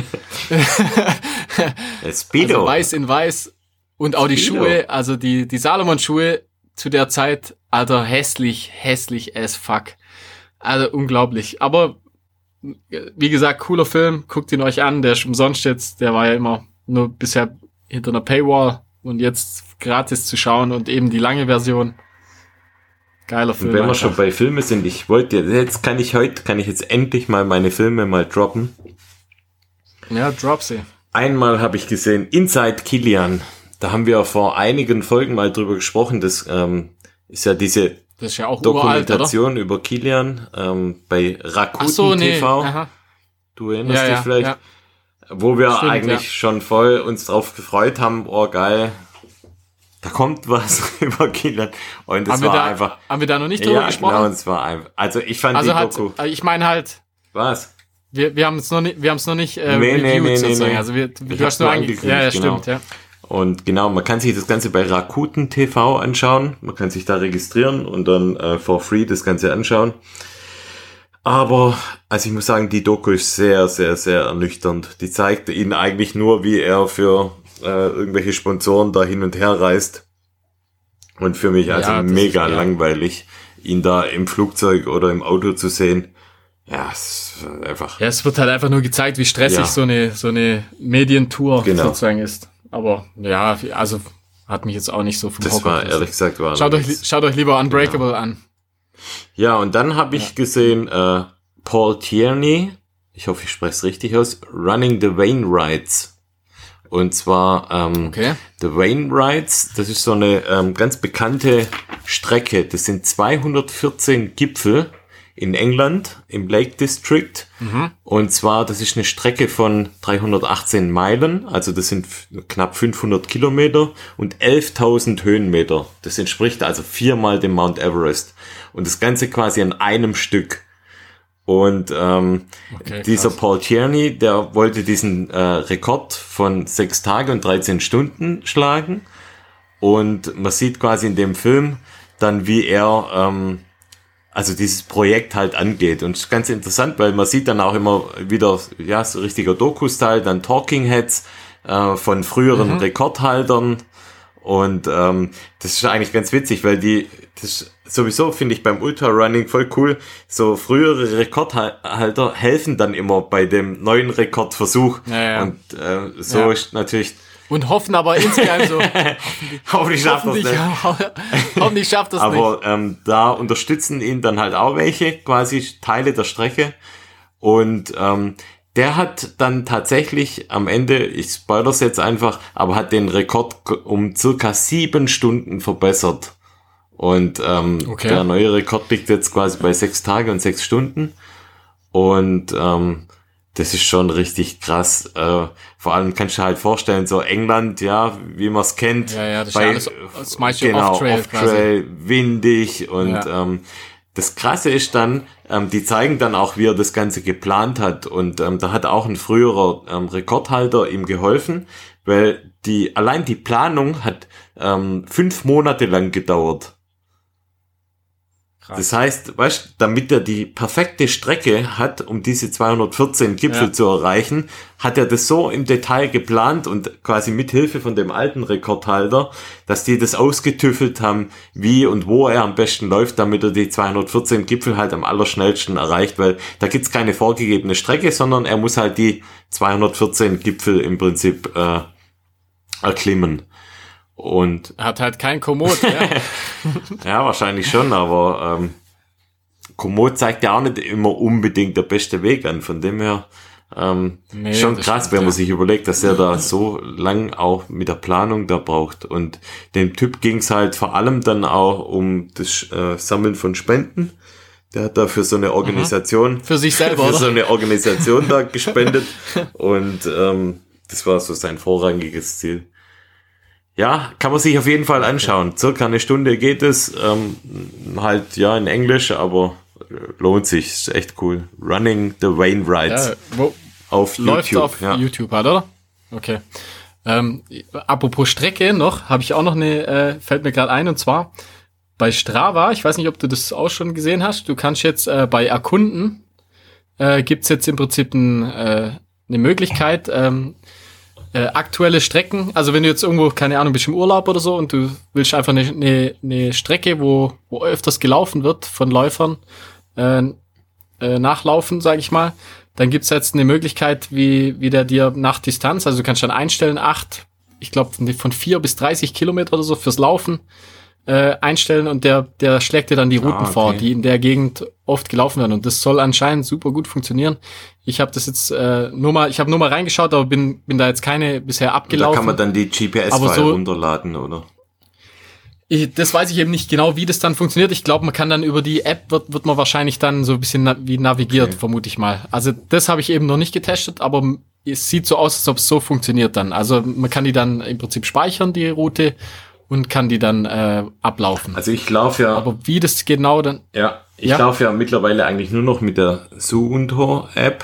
Speedo. Also weiß in weiß. Und auch die Schuhe, also die Salomon-Schuhe zu der Zeit, Alter, hässlich as fuck. Also unglaublich. Aber wie gesagt, cooler Film. Guckt ihn euch an. Der ist umsonst jetzt. Der war ja immer nur bisher hinter einer Paywall. Und jetzt gratis zu schauen und eben die lange Version. Geiler Film. Und wenn wir schon bei Filmen sind, kann ich jetzt endlich mal meine Filme mal droppen. Ja, drop sie. Einmal habe ich gesehen Inside Kilian. Da haben wir vor einigen Folgen mal drüber gesprochen. Das ist ja diese Dokumentation über Kilian bei Rakuten TV. Aha. Du erinnerst dich vielleicht? Ja. Wo wir eigentlich schon voll uns drauf gefreut haben. Oh, geil. Da kommt was über Kilian. Und das einfach... Haben wir da noch nicht drüber gesprochen? Genau, und es war einfach... Also ich fand die Doku... Ich meine halt... Was? Wir haben es noch nicht reviewed sozusagen. Also du hast nur angekündigt. Ja, stimmt, ja. Und genau, man kann sich das Ganze bei Rakuten TV anschauen. Man kann sich da registrieren und dann for free das Ganze anschauen. Aber, also ich muss sagen, die Doku ist sehr, sehr, sehr ernüchternd. Die zeigt ihn eigentlich nur, wie er für irgendwelche Sponsoren da hin und her reist. Und für mich mega langweilig, ihn da im Flugzeug oder im Auto zu sehen. Ja, es ist einfach... Ja, es wird halt einfach nur gezeigt, wie stressig so eine Medientour sozusagen ist. Aber ja, also hat mich jetzt auch nicht so vom Hocker. Das war ehrlich gesagt... Schaut euch lieber Unbreakable an. Ja, und dann habe ich gesehen Paul Tierney, ich hoffe, ich spreche es richtig aus, Running the Wainwrights. Und zwar The Wainwrights, das ist so eine ganz bekannte Strecke. Das sind 214 Gipfel in England, im Lake District. Mhm. Und zwar, das ist eine Strecke von 318 Meilen, also das sind knapp 500 Kilometer und 11.000 Höhenmeter. Das entspricht also 4-mal dem Mount Everest. Und das Ganze quasi an einem Stück. Und dieser Paul Tierney, der wollte diesen Rekord von 6 Tage und 13 Stunden schlagen. Und man sieht quasi in dem Film dann, wie er also dieses Projekt halt angeht. Und es ist ganz interessant, weil man sieht dann auch immer wieder, so richtiger Doku-Style, dann Talking Heads von früheren Rekordhaltern. Und das ist eigentlich ganz witzig, weil das sowieso finde ich beim Ultrarunning voll cool. So frühere Rekordhalter helfen dann immer bei dem neuen Rekordversuch. Ja. Und ist natürlich... Und hoffen aber insgeheim so. Hoffentlich schafft das nicht. Hoffentlich schafft das nicht. Aber da unterstützen ihn dann halt auch welche, quasi Teile der Strecke. Und der hat dann tatsächlich am Ende, ich spoilere jetzt einfach, aber hat den Rekord um circa 7 Stunden verbessert. Und der neue Rekord liegt jetzt quasi bei 6 Tage und 6 Stunden. Und das ist schon richtig krass. Vor allem kannst du halt vorstellen, so England, wie man es kennt. Ja, das ist alles meiste Off-Trail, windig und das Krasse ist dann, die zeigen dann auch, wie er das Ganze geplant hat. Und da hat auch ein früherer Rekordhalter ihm geholfen, weil allein die Planung hat 5 Monate lang gedauert. Krass. Das heißt, weißt, damit er die perfekte Strecke hat, um diese 214 Gipfel zu erreichen, hat er das so im Detail geplant und quasi mit Hilfe von dem alten Rekordhalter, dass die das ausgetüffelt haben, wie und wo er am besten läuft, damit er die 214 Gipfel halt am allerschnellsten erreicht, weil da gibt's keine vorgegebene Strecke, sondern er muss halt die 214 Gipfel im Prinzip erklimmen. Und er hat halt kein Komoot, ja, wahrscheinlich schon, aber Komoot zeigt ja auch nicht immer unbedingt der beste Weg an. Von dem her schon krass, stimmt, wenn man sich überlegt, dass er da so lang auch mit der Planung da braucht. Und dem Typ ging's halt vor allem dann auch um das Sammeln von Spenden. Der hat da für so eine Organisation für sich selber für so eine Organisation da gespendet und das war so sein vorrangiges Ziel. Ja, kann man sich auf jeden Fall anschauen. Circa eine Stunde geht es, halt ja in Englisch, aber lohnt sich, ist echt cool. Running the Wainwrights auf YouTube. Läuft auf YouTube halt, oder? Okay. Apropos Strecke noch, habe ich auch noch fällt mir gerade ein, und zwar bei Strava, ich weiß nicht, ob du das auch schon gesehen hast, du kannst jetzt bei Erkunden, gibt's jetzt im Prinzip eine Möglichkeit, aktuelle Strecken, also wenn du jetzt irgendwo, keine Ahnung, bist im Urlaub oder so und du willst einfach eine Strecke, wo öfters gelaufen wird von Läufern, nachlaufen, sage ich mal, dann gibt's jetzt eine Möglichkeit, wie der dir nach Distanz, also du kannst dann einstellen, ich glaube von 4 bis 30 Kilometer oder so fürs Laufen einstellen und der schlägt dir dann die Routen vor, die in der Gegend oft gelaufen werden, und das soll anscheinend super gut funktionieren. Ich habe das jetzt nur mal reingeschaut, aber bin da jetzt keine bisher abgelaufen. Da kann man dann die GPS-File runterladen, oder? Das weiß ich eben nicht genau, wie das dann funktioniert. Ich glaube, man kann dann über die App wird man wahrscheinlich dann so ein bisschen wie navigiert, vermute ich mal. Also das habe ich eben noch nicht getestet, aber es sieht so aus, als ob es so funktioniert dann. Also man kann die dann im Prinzip speichern, die Route, und kann die dann ablaufen. Also ich laufe ja... Aber wie das genau dann... Ja, ich laufe ja mittlerweile eigentlich nur noch mit der Suunto-App.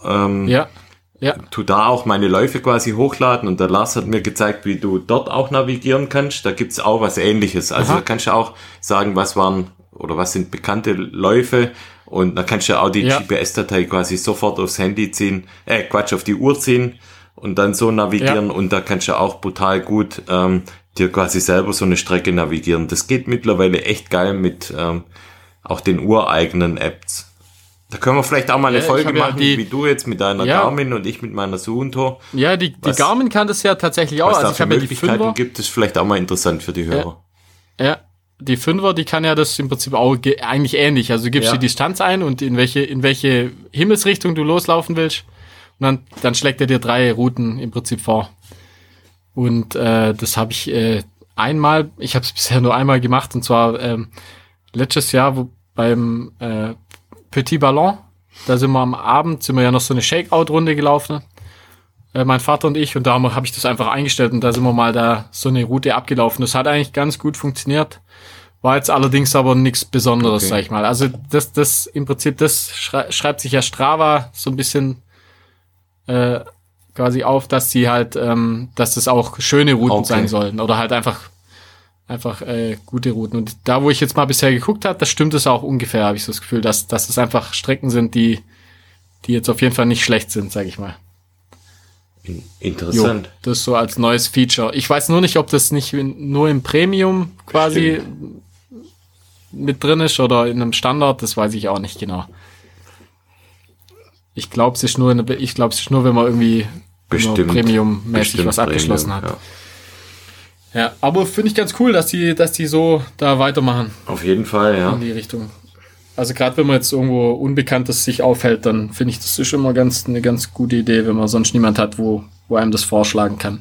Tu da auch meine Läufe quasi hochladen, und der Lars hat mir gezeigt, wie du dort auch navigieren kannst. Da gibt's auch was Ähnliches. Also da kannst du auch sagen, was sind bekannte Läufe, und da kannst du auch die GPS-Datei quasi sofort aufs Handy ziehen, auf die Uhr ziehen und dann so navigieren, und da kannst du auch brutal gut dir quasi selber so eine Strecke navigieren. Das geht mittlerweile echt geil mit auch den ureigenen Apps. Da können wir vielleicht auch mal eine Folge machen, wie du jetzt mit deiner Garmin und ich mit meiner Suunto. Ja, die Garmin kann das ja tatsächlich auch. Also ich habe ja die 5er. Gibt es vielleicht auch mal interessant für die Hörer. Ja, die 5er, die kann ja das im Prinzip auch eigentlich ähnlich. Also du gibst die Distanz ein und in welche Himmelsrichtung du loslaufen willst. Und dann schlägt er dir 3 Routen im Prinzip vor. Und das habe ich ich habe es bisher nur einmal gemacht, und zwar letztes Jahr beim Petit Ballon, da sind wir am Abend, ja noch so eine Shakeout-Runde gelaufen, mein Vater und ich, und da habe ich das einfach eingestellt, und da sind wir mal da so eine Route abgelaufen. Das hat eigentlich ganz gut funktioniert, war jetzt allerdings aber nichts Besonderes, sag ich mal. Also das im Prinzip, das schreibt sich ja Strava so ein bisschen quasi auf, dass sie halt, dass das auch schöne Routen sein sollen, oder halt einfach gute Routen. Und da, wo ich jetzt mal bisher geguckt habe, das stimmt es auch ungefähr, habe ich so das Gefühl, dass es einfach Strecken sind, die jetzt auf jeden Fall nicht schlecht sind, sage ich mal. Interessant. Das so als neues Feature. Ich weiß nur nicht, ob das nicht nur im Premium quasi mit drin ist oder in einem Standard, das weiß ich auch nicht genau. Ich glaube, es ist nur, wenn man irgendwie Premium-mäßig was abgeschlossen hat. Ja, aber finde ich ganz cool, dass die so da weitermachen. Auf jeden Fall, ja. In die Richtung. Also gerade wenn man jetzt irgendwo Unbekanntes sich aufhält, dann finde ich, das ist immer eine ganz gute Idee, wenn man sonst niemand hat, wo einem das vorschlagen kann.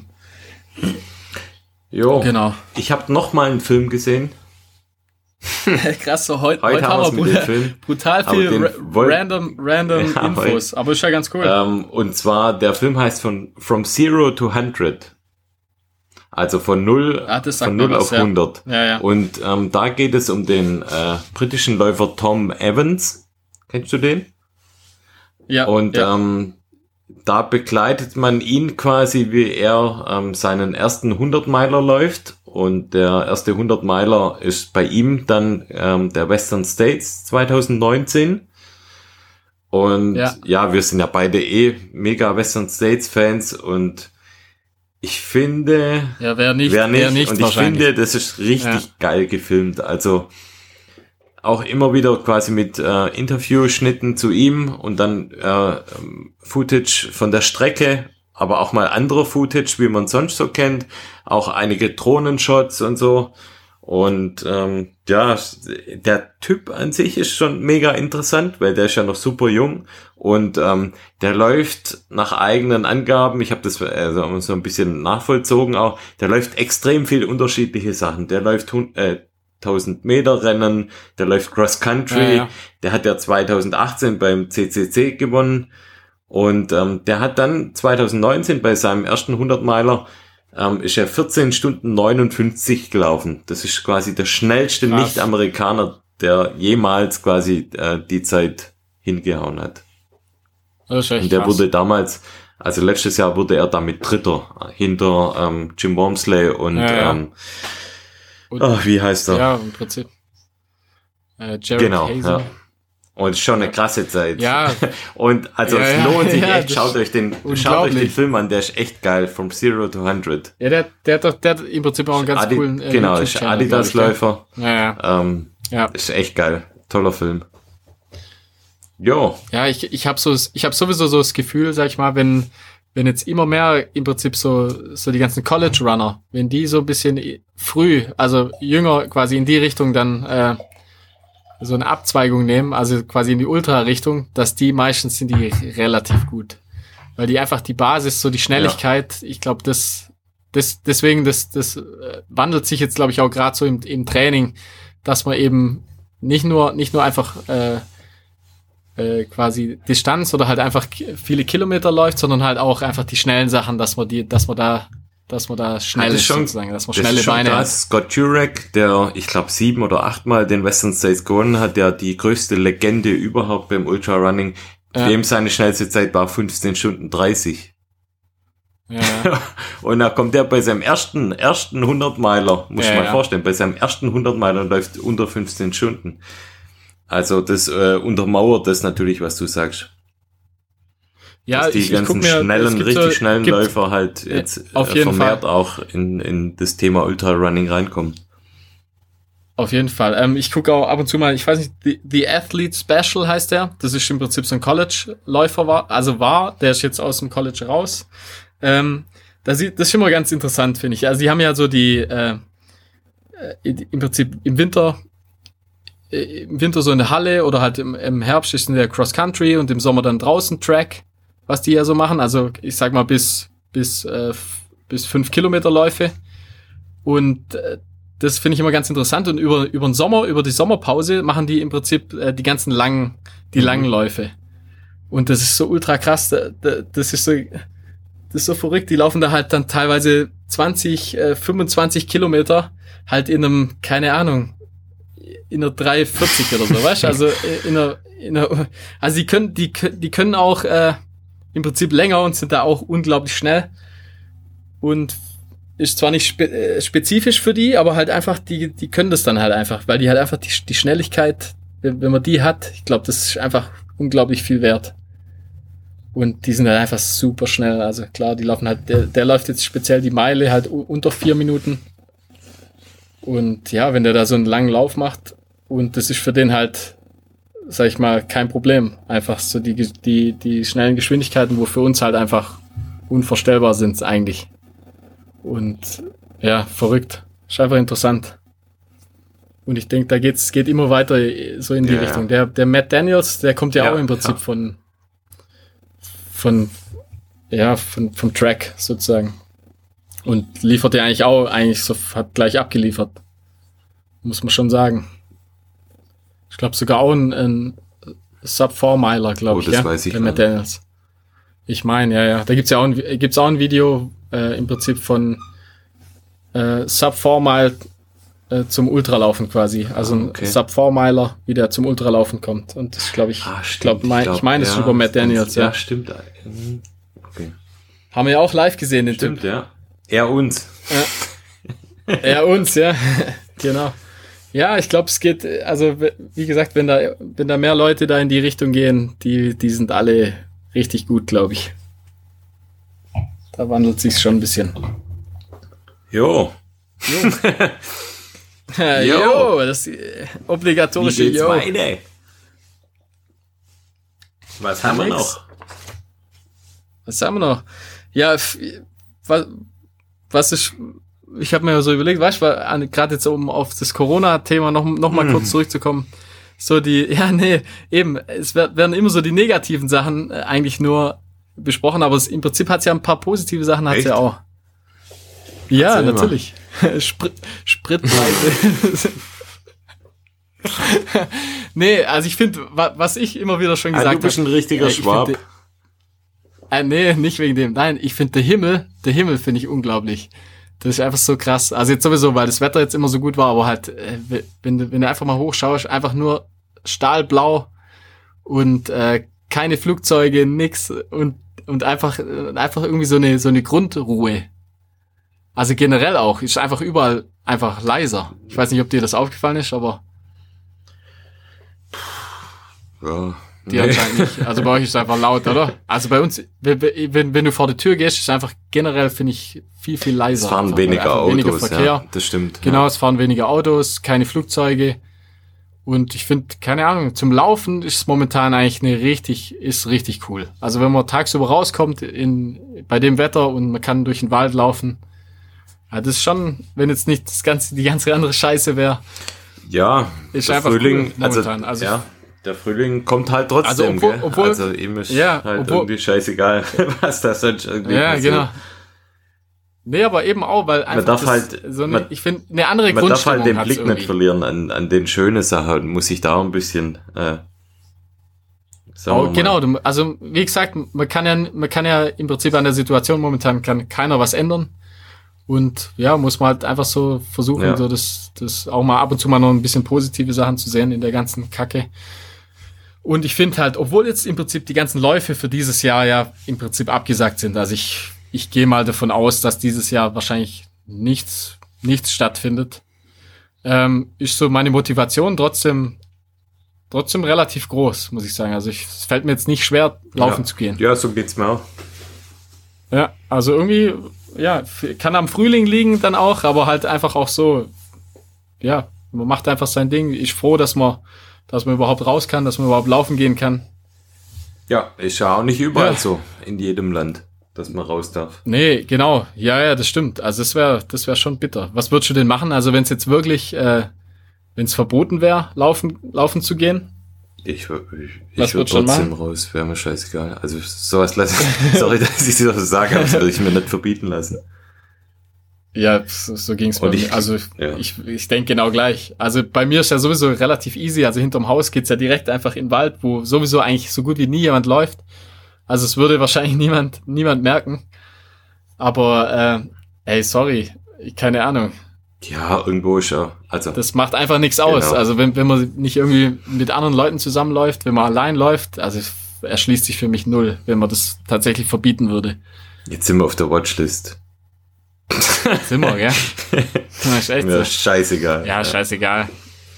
Jo. Genau. Ich habe noch mal einen Film gesehen. Krass, so heute haben wir brutal viel random Infos, aber ist ja ganz cool. Und zwar, der Film heißt From Zero to 100. Also von 0 auf 100. Ja. Und da geht es um den britischen Läufer Tom Evans. Kennst du den? Ja. Und da begleitet man ihn quasi, wie er seinen ersten 100-Meiler läuft. Und der erste 100-Meiler ist bei ihm dann der Western States 2019. Und ja, wir sind ja beide mega Western States Fans und ich finde, wer nicht und ich finde, das ist richtig geil gefilmt. Also auch immer wieder quasi mit Interviewschnitten zu ihm und dann Footage von der Strecke, aber auch mal andere Footage, wie man sonst so kennt, auch einige Drohnenshots und so. Und ja, der Typ an sich ist schon mega interessant, weil der ist ja noch super jung und der läuft nach eigenen Angaben, ich habe das also so ein bisschen nachvollzogen auch, der läuft extrem viel unterschiedliche Sachen. Der läuft 1000 Meter Rennen, der läuft Cross Country, der hat ja 2018 beim CCC gewonnen und der hat dann 2019 bei seinem ersten 100-Meiler ist er 14 Stunden 59 gelaufen. Das ist quasi der schnellste Nicht-Amerikaner, der jemals quasi die Zeit hingehauen hat. Das ist echt und der krass. wurde damals, also letztes Jahr wurde er damit Dritter hinter Jim Wormsley und wie heißt er? Ja, im Prinzip. Jared genau, Hazen. ja. Und ist schon eine krasse Zeit. Ja. Und also es lohnt sich echt, schaut euch den unglaublich. Film an, der ist echt geil, from 0 to 100. Ja, der hat im Prinzip auch einen ganz coolen genau, ist Adidas-Läufer. Ja. Ist echt geil. Toller Film. Jo. Ja, ich habe sowieso so das Gefühl, sag ich mal, wenn jetzt immer mehr im Prinzip so die ganzen College-Runner, wenn die so ein bisschen früh, also jünger quasi in die Richtung dann so eine Abzweigung nehmen, also quasi in die Ultra-Richtung, dass die meistens sind die relativ gut. Weil die einfach die Basis, so die Schnelligkeit, ich glaube, deswegen wandelt sich jetzt, glaube ich, auch gerade so im Training, dass man eben nicht nur einfach quasi Distanz oder halt einfach viele Kilometer läuft, sondern halt auch einfach die schnellen Sachen, dass man da schnell ist sozusagen, dass man schnelle Beine hat. Scott Jurek, der, ich glaube, 7 oder 8 Mal den Western States gewonnen hat, der die größte Legende überhaupt beim Ultrarunning, dem seine schnellste Zeit war 15 Stunden 30. Ja. Und da kommt der bei seinem ersten 100-Meiler, muss ich mal vorstellen, bei seinem ersten 100-Meiler läuft unter 15 Stunden. Also das untermauert das natürlich, was du sagst. Ja, dass die ganzen schnellen Läufer halt jetzt auf jeden vermehrt Fall auch in das Thema Ultrarunning reinkommen. Auf jeden Fall. Ich gucke auch ab und zu mal, ich weiß nicht, The Athlete Special heißt der. Das ist im Prinzip so ein College-Läufer der ist jetzt aus dem College raus. Das ist schon mal ganz interessant, finde ich. Also die haben ja so die im Prinzip im Winter so in der Halle oder halt im Herbst ist in der Cross Country und im Sommer dann draußen Track, was die ja so machen. Also ich sag mal bis 5 Kilometer Läufe. Und das finde ich immer ganz interessant. Und über den Sommer, über die Sommerpause machen die im Prinzip die ganzen langen Läufe. Und das ist so ultra krass. Das ist so verrückt. Die laufen da halt dann teilweise 20, 25 Kilometer halt in einem, keine Ahnung, in einer 3,40 oder so, weißt du? Also also die können auch im Prinzip länger und sind da auch unglaublich schnell und ist zwar nicht spezifisch für die, aber halt einfach, die können das dann halt einfach, weil die halt einfach die Schnelligkeit, wenn man die hat, ich glaube, das ist einfach unglaublich viel wert. Und die sind halt einfach super schnell, also klar, die laufen halt, der läuft jetzt speziell die Meile halt unter 4 Minuten. Und ja, wenn der da so einen langen Lauf macht, und das ist für den halt, sag ich mal, kein Problem. Einfach so die schnellen Geschwindigkeiten, wo für uns halt einfach unvorstellbar sind eigentlich. Und ja, verrückt. Ist einfach interessant. Und ich denke, geht immer weiter so in die Richtung. Der Matt Daniels, der kommt ja auch im Prinzip vom Track sozusagen. Und liefert ja eigentlich so, hat gleich abgeliefert. Muss man schon sagen. Ich glaube sogar auch ein Sub-4-Miler, glaube ich. Das weiß ich der Matt Daniels. Ich meine, ja. Da gibt's auch ein Video im Prinzip von Sub 4 Mile zum Ultralaufen quasi. Also ein Sub 4 Miler, wie der zum Ultralaufen kommt. Und das glaube ich, ich meine, es ist über Matt Daniels. Ja, stimmt. Okay. Haben wir ja auch live gesehen, den Stimmt, Typ. ja. Er uns. Ja. Er uns, ja. Genau. Ja, ich glaube, es geht, also wie gesagt, wenn da mehr Leute da in die Richtung gehen, die sind alle richtig gut, glaube ich. Da wandelt sich's schon ein bisschen. Jo. Jo, das obligatorische Wie geht's Jo. weiter? Was haben wir noch? Was haben wir noch? Ja, was ist, ich habe mir ja so überlegt, weißt du, gerade jetzt um auf das Corona-Thema noch mal kurz zurückzukommen, so es werden immer so die negativen Sachen eigentlich nur besprochen, aber im Prinzip hat es ja ein paar positive Sachen, hat es ja auch. Ja, Erzähl natürlich. Spritpreise. Nee, also ich finde, was ich immer wieder schon gesagt habe. Du bist ein richtiger Schwab. Nee, nicht wegen dem. Nein, ich finde der Himmel finde ich unglaublich. Das ist einfach so krass. Also jetzt sowieso, weil das Wetter jetzt immer so gut war, aber halt, wenn du einfach mal hochschaust, einfach nur stahlblau und keine Flugzeuge, nix und einfach irgendwie so eine Grundruhe. Also generell auch, ist einfach überall einfach leiser. Ich weiß nicht, ob dir das aufgefallen ist, aber ja. Die anscheinend nicht. Also bei euch ist es einfach laut, oder? Also bei uns, wenn du vor die Tür gehst, ist es einfach generell, finde ich, viel, viel leiser. Es fahren einfach, weniger Autos, weniger Verkehr. Ja, das stimmt. Genau, ja. Es fahren weniger Autos, keine Flugzeuge. Und ich finde, keine Ahnung, zum Laufen ist es momentan eigentlich richtig cool. Also wenn man tagsüber rauskommt bei dem Wetter und man kann durch den Wald laufen, ja, das ist schon, wenn jetzt nicht die ganze andere Scheiße wäre. Ja, ist der einfach Frühling, cool momentan. Also ja. Der Frühling kommt halt trotzdem, also ihm ist irgendwie scheißegal, was das sonst irgendwie passiert. Ja, genau. Nee, aber eben auch, weil einfach ich finde, eine andere man Grundstimmung darf halt den Blick irgendwie nicht verlieren an den schönen Sachen, muss sich da ein bisschen genau, also wie gesagt, man kann ja im Prinzip an der Situation momentan kann keiner was ändern. Und ja, muss man halt einfach so versuchen, so das auch mal ab und zu mal noch ein bisschen positive Sachen zu sehen in der ganzen Kacke. Und ich finde halt, obwohl jetzt im Prinzip die ganzen Läufe für dieses Jahr ja im Prinzip abgesagt sind, also ich gehe mal davon aus, dass dieses Jahr wahrscheinlich nichts stattfindet, ist so meine Motivation trotzdem relativ groß, muss ich sagen. Also es fällt mir jetzt nicht schwer, laufen zu gehen. Ja, so geht's mir auch. Ja, also irgendwie, ja, kann am Frühling liegen dann auch, aber halt einfach auch so, ja, man macht einfach sein Ding. Ich bin froh, dass man überhaupt raus kann, dass man überhaupt laufen gehen kann. Ja, ist ja auch nicht überall so, in jedem Land, dass man raus darf. Nee, genau. Ja, das stimmt. Also das wär schon bitter. Was würdest du denn machen? Also wenn es jetzt wirklich, wenn es verboten wäre, laufen zu gehen? Ich würde trotzdem raus, wäre mir scheißegal. Also sowas sorry, dass ich das sage, aber das würde ich mir nicht verbieten lassen. Ja, so ging's bei mir. Also ich denke genau gleich. Also bei mir ist ja sowieso relativ easy. Also hinterm Haus geht's ja direkt einfach in den Wald, wo sowieso eigentlich so gut wie nie jemand läuft. Also es würde wahrscheinlich niemand merken. Aber sorry, keine Ahnung. Ja, irgendwo ist ja. Also das macht einfach nichts aus. Also wenn man nicht irgendwie mit anderen Leuten zusammenläuft, wenn man allein läuft, also erschließt sich für mich null, wenn man das tatsächlich verbieten würde. Jetzt sind wir auf der Watchlist. Sind wir, gell? Das ist echt ja, scheißegal. Ja, scheißegal.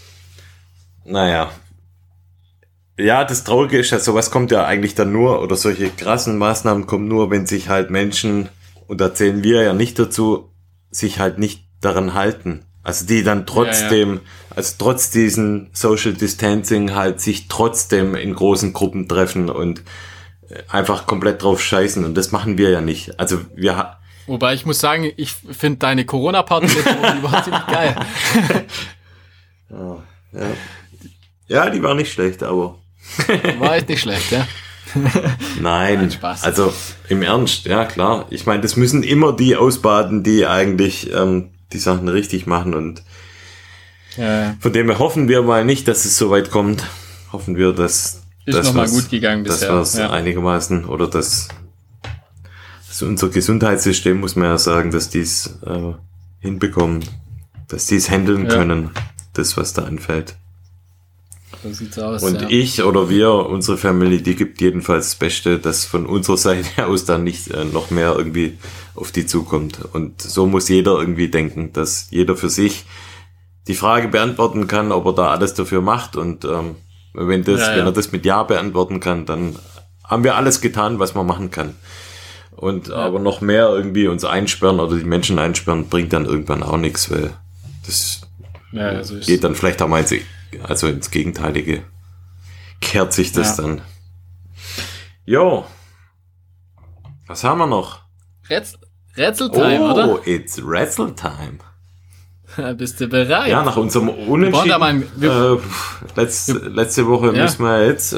Naja. Ja, das Traurige ist ja, sowas kommt ja eigentlich dann nur, oder solche krassen Maßnahmen kommen nur, wenn sich halt Menschen, und da zählen wir ja nicht dazu, sich halt nicht daran halten. Also die dann trotzdem, also trotz diesen Social Distancing halt sich trotzdem in großen Gruppen treffen und einfach komplett drauf scheißen. Und das machen wir ja nicht. Also wobei ich muss sagen, ich finde deine Corona-Party die war ziemlich geil. Ja, die war nicht schlecht, aber war echt nicht schlecht, ja. Nein, also im Ernst, ja klar. Ich meine, das müssen immer die ausbaden, die eigentlich die Sachen richtig machen und von dem her hoffen wir mal nicht, dass es so weit kommt. Hoffen wir, dass ist nochmal gut gegangen bisher. Das einigermaßen, oder dass unser Gesundheitssystem, muss man ja sagen, dass dies hinbekommen, dass die es handeln können, das, was da anfällt. So sieht's aus. Und ich oder wir, unsere Family, die gibt jedenfalls das Beste, dass von unserer Seite aus dann nicht noch mehr irgendwie auf die zukommt. Und so muss jeder irgendwie denken, dass jeder für sich die Frage beantworten kann, ob er da alles dafür macht. Und wenn er das mit Ja beantworten kann, dann haben wir alles getan, was man machen kann. Und aber noch mehr irgendwie uns einsperren oder die Menschen einsperren, bringt dann irgendwann auch nichts, weil das geht dann vielleicht auch mal ins Gegenteilige. Kehrt sich das dann. Jo. Was haben wir noch? Rätseltime, oder? Oh, it's Rätseltime. Bist du bereit? Ja, nach unserem Unentschieden. Letzte Woche müssen wir jetzt...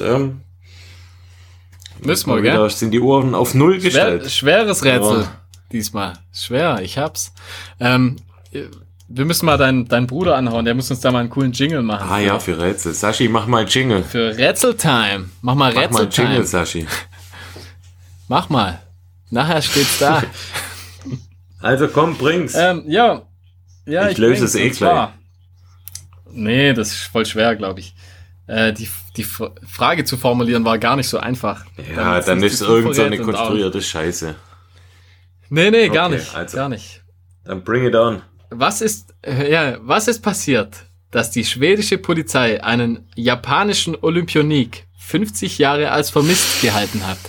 müssen wir, gell? Sind die Uhren auf 0 gestellt. Schweres Rätsel diesmal. Schwer, ich hab's. Wir müssen mal deinen Bruder anhauen, der muss uns da mal einen coolen Jingle machen. Ah ja, für Rätsel. Sashi, mach mal Jingle. Für Rätseltime. Mach mal Rätseltime. Mach mal Jingle, Sashi. Mach mal. Nachher steht's da. Also komm, bring's. Ja, ich löse es gleich. Nee, das ist voll schwer, glaube ich. Die Frage zu formulieren war gar nicht so einfach. Ja, dann ist irgend so eine konstruierte Scheiße. Nee, gar nicht. Also, gar nicht. Dann bring it on. Was ist passiert, dass die schwedische Polizei einen japanischen Olympionik 50 Jahre als vermisst gehalten hat?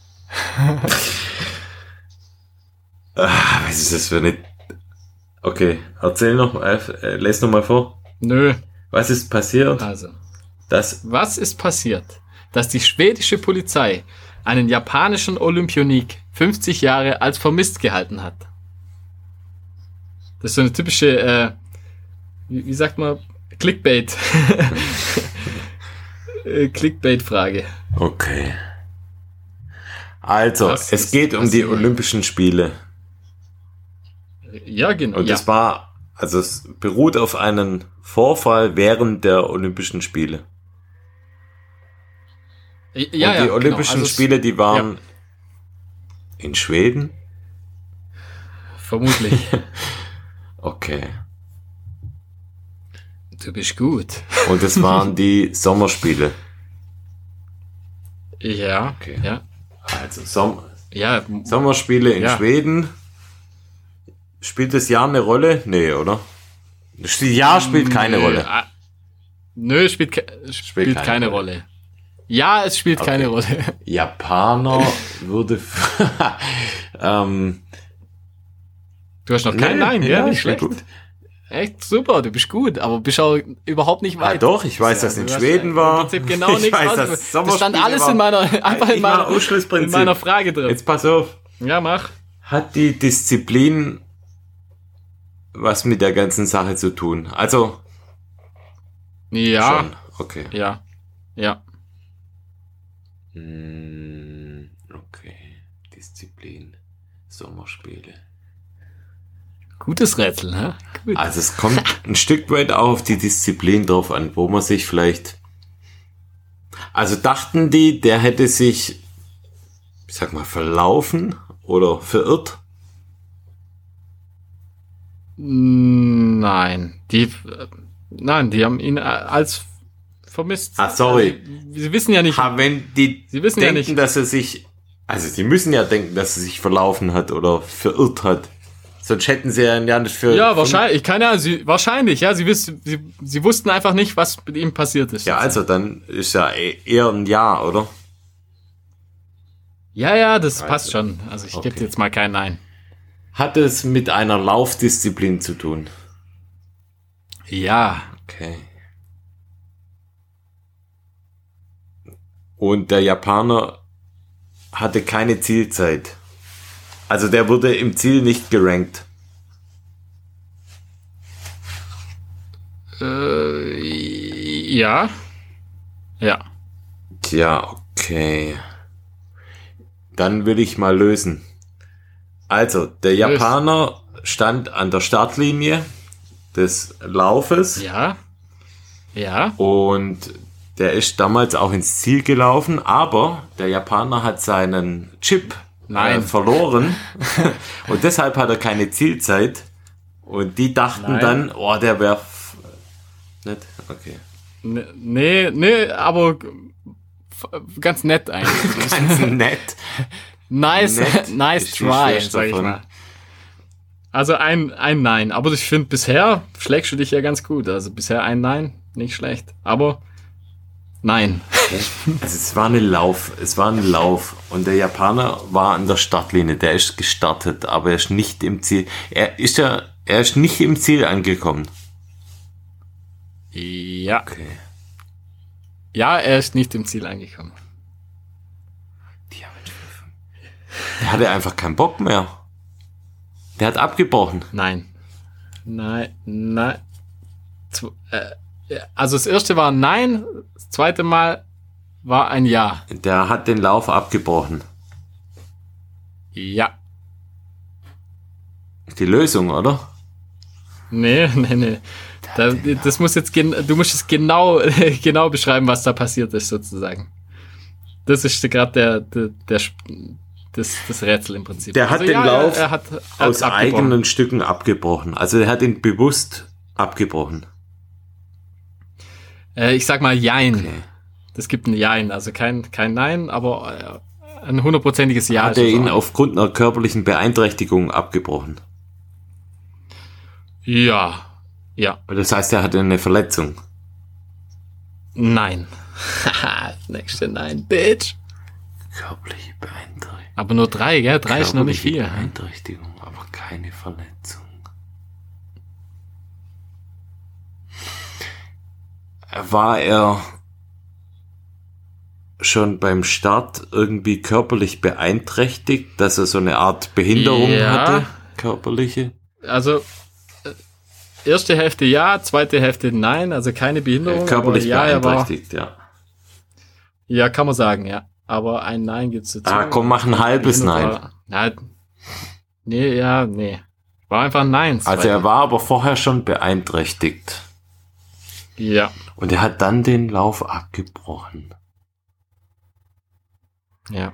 Was ist das für eine... Okay, erzähl noch, les noch mal vor. Nö. Was ist passiert? Also, was ist passiert, dass die schwedische Polizei einen japanischen Olympionik 50 Jahre als vermisst gehalten hat? Das ist so eine typische, wie sagt man, Clickbait. Clickbait-Frage. Okay. Also, es geht um die Olympischen Spiele. Ja, genau. Und es beruht auf einem Vorfall während der Olympischen Spiele. Ja, und die Olympischen Spiele, die waren in Schweden? Vermutlich. Okay. Du bist gut. Und es waren die Sommerspiele. Ja. Okay. Ja. Also Sommerspiele in Schweden. Spielt das Jahr eine Rolle? Nee, oder? Das Jahr spielt keine Rolle. Nö, spielt keine Rolle. Ja, es spielt keine Rolle. Japaner würde... Du hast noch kein Nein, nicht schlecht. Gut. Echt super, du bist gut, aber bist auch überhaupt nicht weit. Ah, doch, ich weiß, dass es in Schweden war. Im Prinzip genau nichts. Das stand alles in meiner Frage drin. Jetzt pass auf. Ja, mach. Hat die Disziplin was mit der ganzen Sache zu tun? Also. Ja. Schon. Okay. Ja. Okay. Disziplin. Sommerspiele. Gutes Rätsel, ne? Gut. Also es kommt ein Stück weit auch auf die Disziplin drauf an, wo man sich vielleicht... Also dachten die, der hätte sich, ich sag mal, verlaufen oder verirrt? Nein. Die haben ihn als vermisst. Ah, sorry. Sie wissen ja nicht... Wenn die Sie wissen denken, ja nicht, dass er sich... Also sie müssen ja denken, dass er sich verlaufen hat oder verirrt hat. Sonst hätten sie ja nicht für... Ja, wahrscheinlich. Keine Ahnung. Wahrscheinlich, ja. Sie wussten einfach nicht, was mit ihm passiert ist. Ja, also dann ist ja eher ein Ja, oder? Ja, das passt schon. Also ich gebe jetzt mal kein Nein. Hat es mit einer Laufdisziplin zu tun? Ja. Okay. Und der Japaner hatte keine Zielzeit. Also der wurde im Ziel nicht gerankt. Ja. Tja, okay. Dann will ich mal lösen. Also, der Japaner stand an der Startlinie des Laufes. Ja. Und der ist damals auch ins Ziel gelaufen, aber der Japaner hat seinen Chip verloren und deshalb hat er keine Zielzeit Und die dachten Nein. dann, oh, der wäre nicht, okay. Nee, aber ganz nett eigentlich. Ganz nett. Nice Ist die try, Schwester sag ich von- mal. Also ein Nein. Aber ich finde, bisher schlägst du dich ja ganz gut. Also bisher ein Nein, nicht schlecht. Aber nein. Also es war ein Lauf. Und der Japaner war an der Startlinie, der ist gestartet, aber er ist nicht im Ziel. Er ist nicht im Ziel angekommen. Ja. Okay. Ja, er ist nicht im Ziel angekommen. Die haben entschliffen. Der hatte einfach keinen Bock mehr. Der hat abgebrochen. Nein. Also das erste war ein Nein, das zweite Mal war ein Ja. Der hat den Lauf abgebrochen. Ja. Die Lösung, oder? Nee. Das muss jetzt du musst es genau beschreiben, was da passiert ist, sozusagen. Das ist gerade das Rätsel im Prinzip. Der hat den Lauf er hat aus abgebrochen. eigenen Stücken abgebrochen. Also er hat ihn bewusst abgebrochen. Ich sag mal Jein. Okay. Das gibt ein Jein, also kein Nein, aber ein 100%iges Ja. Hat er ihn aufgrund einer körperlichen Beeinträchtigung abgebrochen? Ja. Das heißt, er hatte eine Verletzung. Nein. Haha, nächste Nein, Bitch. Körperliche Beeinträchtigung. Aber nur 3, gell? 3 ist noch nicht Körperliche 4. Beeinträchtigung, aber keine Verletzung. War er schon beim Start irgendwie körperlich beeinträchtigt, dass er so eine Art Behinderung Ja. hatte? Körperliche? Also, erste Hälfte ja, zweite Hälfte nein, also keine Behinderung. Körperlich aber ja, er war, beeinträchtigt, ja. ja, kann man sagen, ja. Aber ein Nein gibt's dazu. Ah, komm, mach ein halbes Nein. Nee. War einfach ein Nein. Also er war aber vorher schon beeinträchtigt. Ja. Und er hat dann den Lauf abgebrochen. Ja.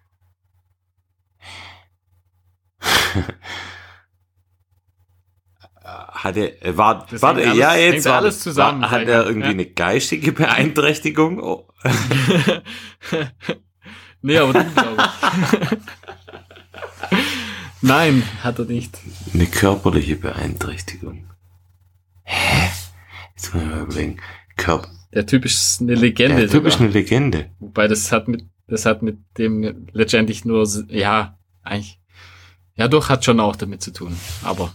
Das hängt alles zusammen. Hat er irgendwie eine geistige Beeinträchtigung? Oh. Nee, aber das glaube ich. Nein, hat er nicht. Eine körperliche Beeinträchtigung. Hä? Jetzt muss ich mal überlegen. Der Typ ist eine Legende. Der Typ ist sogar. eine Legende. Wobei das hat mit dem letztendlich nur, ja, eigentlich, ja doch, hat schon auch damit zu tun, aber.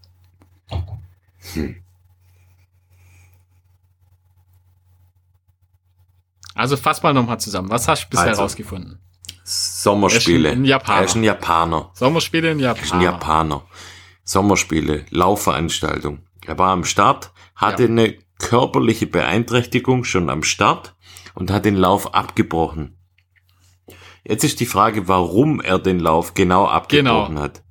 Also fass mal nochmal zusammen. Was hast du bisher Also, rausgefunden? Sommerspiele. Er ist ein Japaner. Er ist ein Japaner. Sommerspiele in Er ist Japan. ein Japaner. Sommerspiele, Laufveranstaltung. Er war am Start, hatte eine körperliche Beeinträchtigung schon am Start und hat den Lauf abgebrochen. Jetzt ist die Frage, warum er den Lauf genau abgebrochen hat.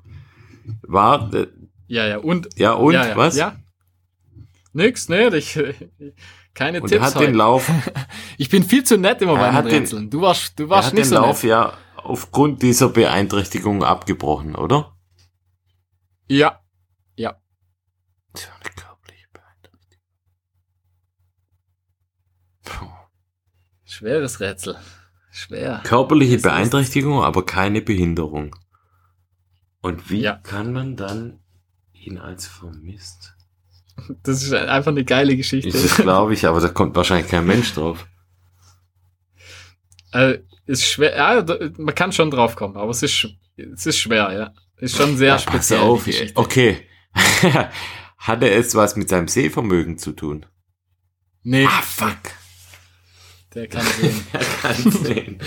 Ja, und? Ja, und? Ja, Was? Ja. Nix, ne? Keine Und Tipps er hat heute. den Lauf, Ich bin viel zu nett immer Er bei den hat den- Rätseln. Du warst er hat nicht den so Lauf nett. ja aufgrund dieser Beeinträchtigung abgebrochen, oder? Ja. Tja, eine körperliche Beeinträchtigung. Schweres Rätsel. Schwer. Körperliche Es ist- Beeinträchtigung, aber keine Behinderung. Und wie Ja. kann man dann ihn als vermisst? Das ist einfach eine geile Geschichte. Das glaube ich, aber da kommt wahrscheinlich kein Mensch drauf. Ist schwer. Ja, man kann schon drauf kommen, aber es ist schwer, ja. Ist schon sehr Pass speziell. auf, die Geschichte. okay. Hat er es was mit seinem Sehvermögen zu tun? Nee, Fuck. der kann sehen. Er kann sehen.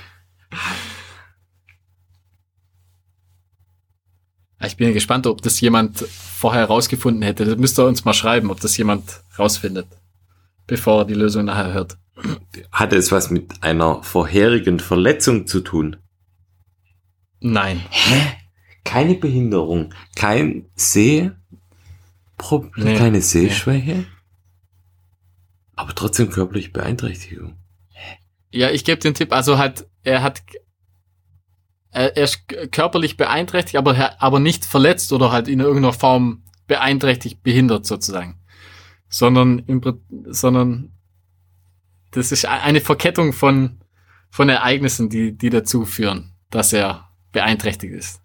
Ich bin ja gespannt, ob das jemand vorher rausgefunden hätte. Das müsst ihr uns mal schreiben, ob das jemand rausfindet, bevor er die Lösung nachher hört. Hat es was mit einer vorherigen Verletzung zu tun? Nein. Keine Behinderung, kein Sehproblem, Nee, keine Sehschwäche, aber trotzdem körperliche Beeinträchtigung. Ja, ich gebe den Tipp. Also er ist körperlich beeinträchtigt, aber nicht verletzt oder halt in irgendeiner Form beeinträchtigt, behindert sozusagen. Sondern das ist eine Verkettung von Ereignissen, die dazu führen, dass er beeinträchtigt ist.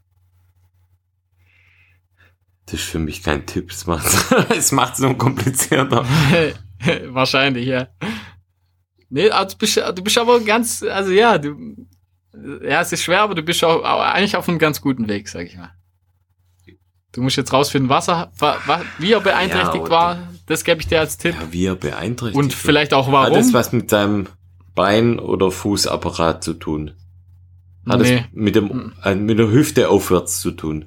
Das ist für mich kein Tipp. Es macht's nur komplizierter. Wahrscheinlich, ja. Nee, also du bist aber ganz, also ja, es ist schwer, aber du bist auch eigentlich auf einem ganz guten Weg, sag ich mal. Du musst jetzt rausfinden, wie er beeinträchtigt war, das gebe ich dir als Tipp. Ja, wie er beeinträchtigt Und vielleicht auch warum. Hat es was mit seinem Bein- oder Fußapparat zu tun? Hat es mit der Hüfte aufwärts zu tun?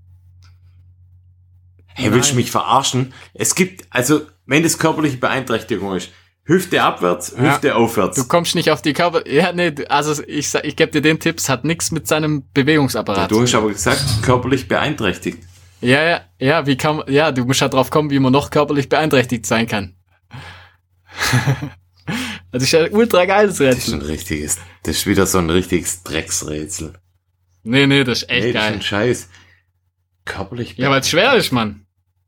Hey, willst du mich verarschen? Es gibt, also, wenn das körperliche Beeinträchtigung ist, Hüfte abwärts, Hüfte aufwärts. Du kommst nicht auf die Körper... Ja, nee, also ich gebe dir den Tipp, es hat nichts mit seinem Bewegungsapparat zu tun. Du hast aber gesagt, körperlich beeinträchtigt. Ja, du musst halt drauf kommen, wie man noch körperlich beeinträchtigt sein kann. Das ist ja ein ultra geiles Rätsel. Das ist wieder so ein richtiges Drecksrätsel. Nee, das ist echt geil. Das ist ein Scheiß. Körperlich beeinträchtigt. Ja, weil es schwer ist, Mann.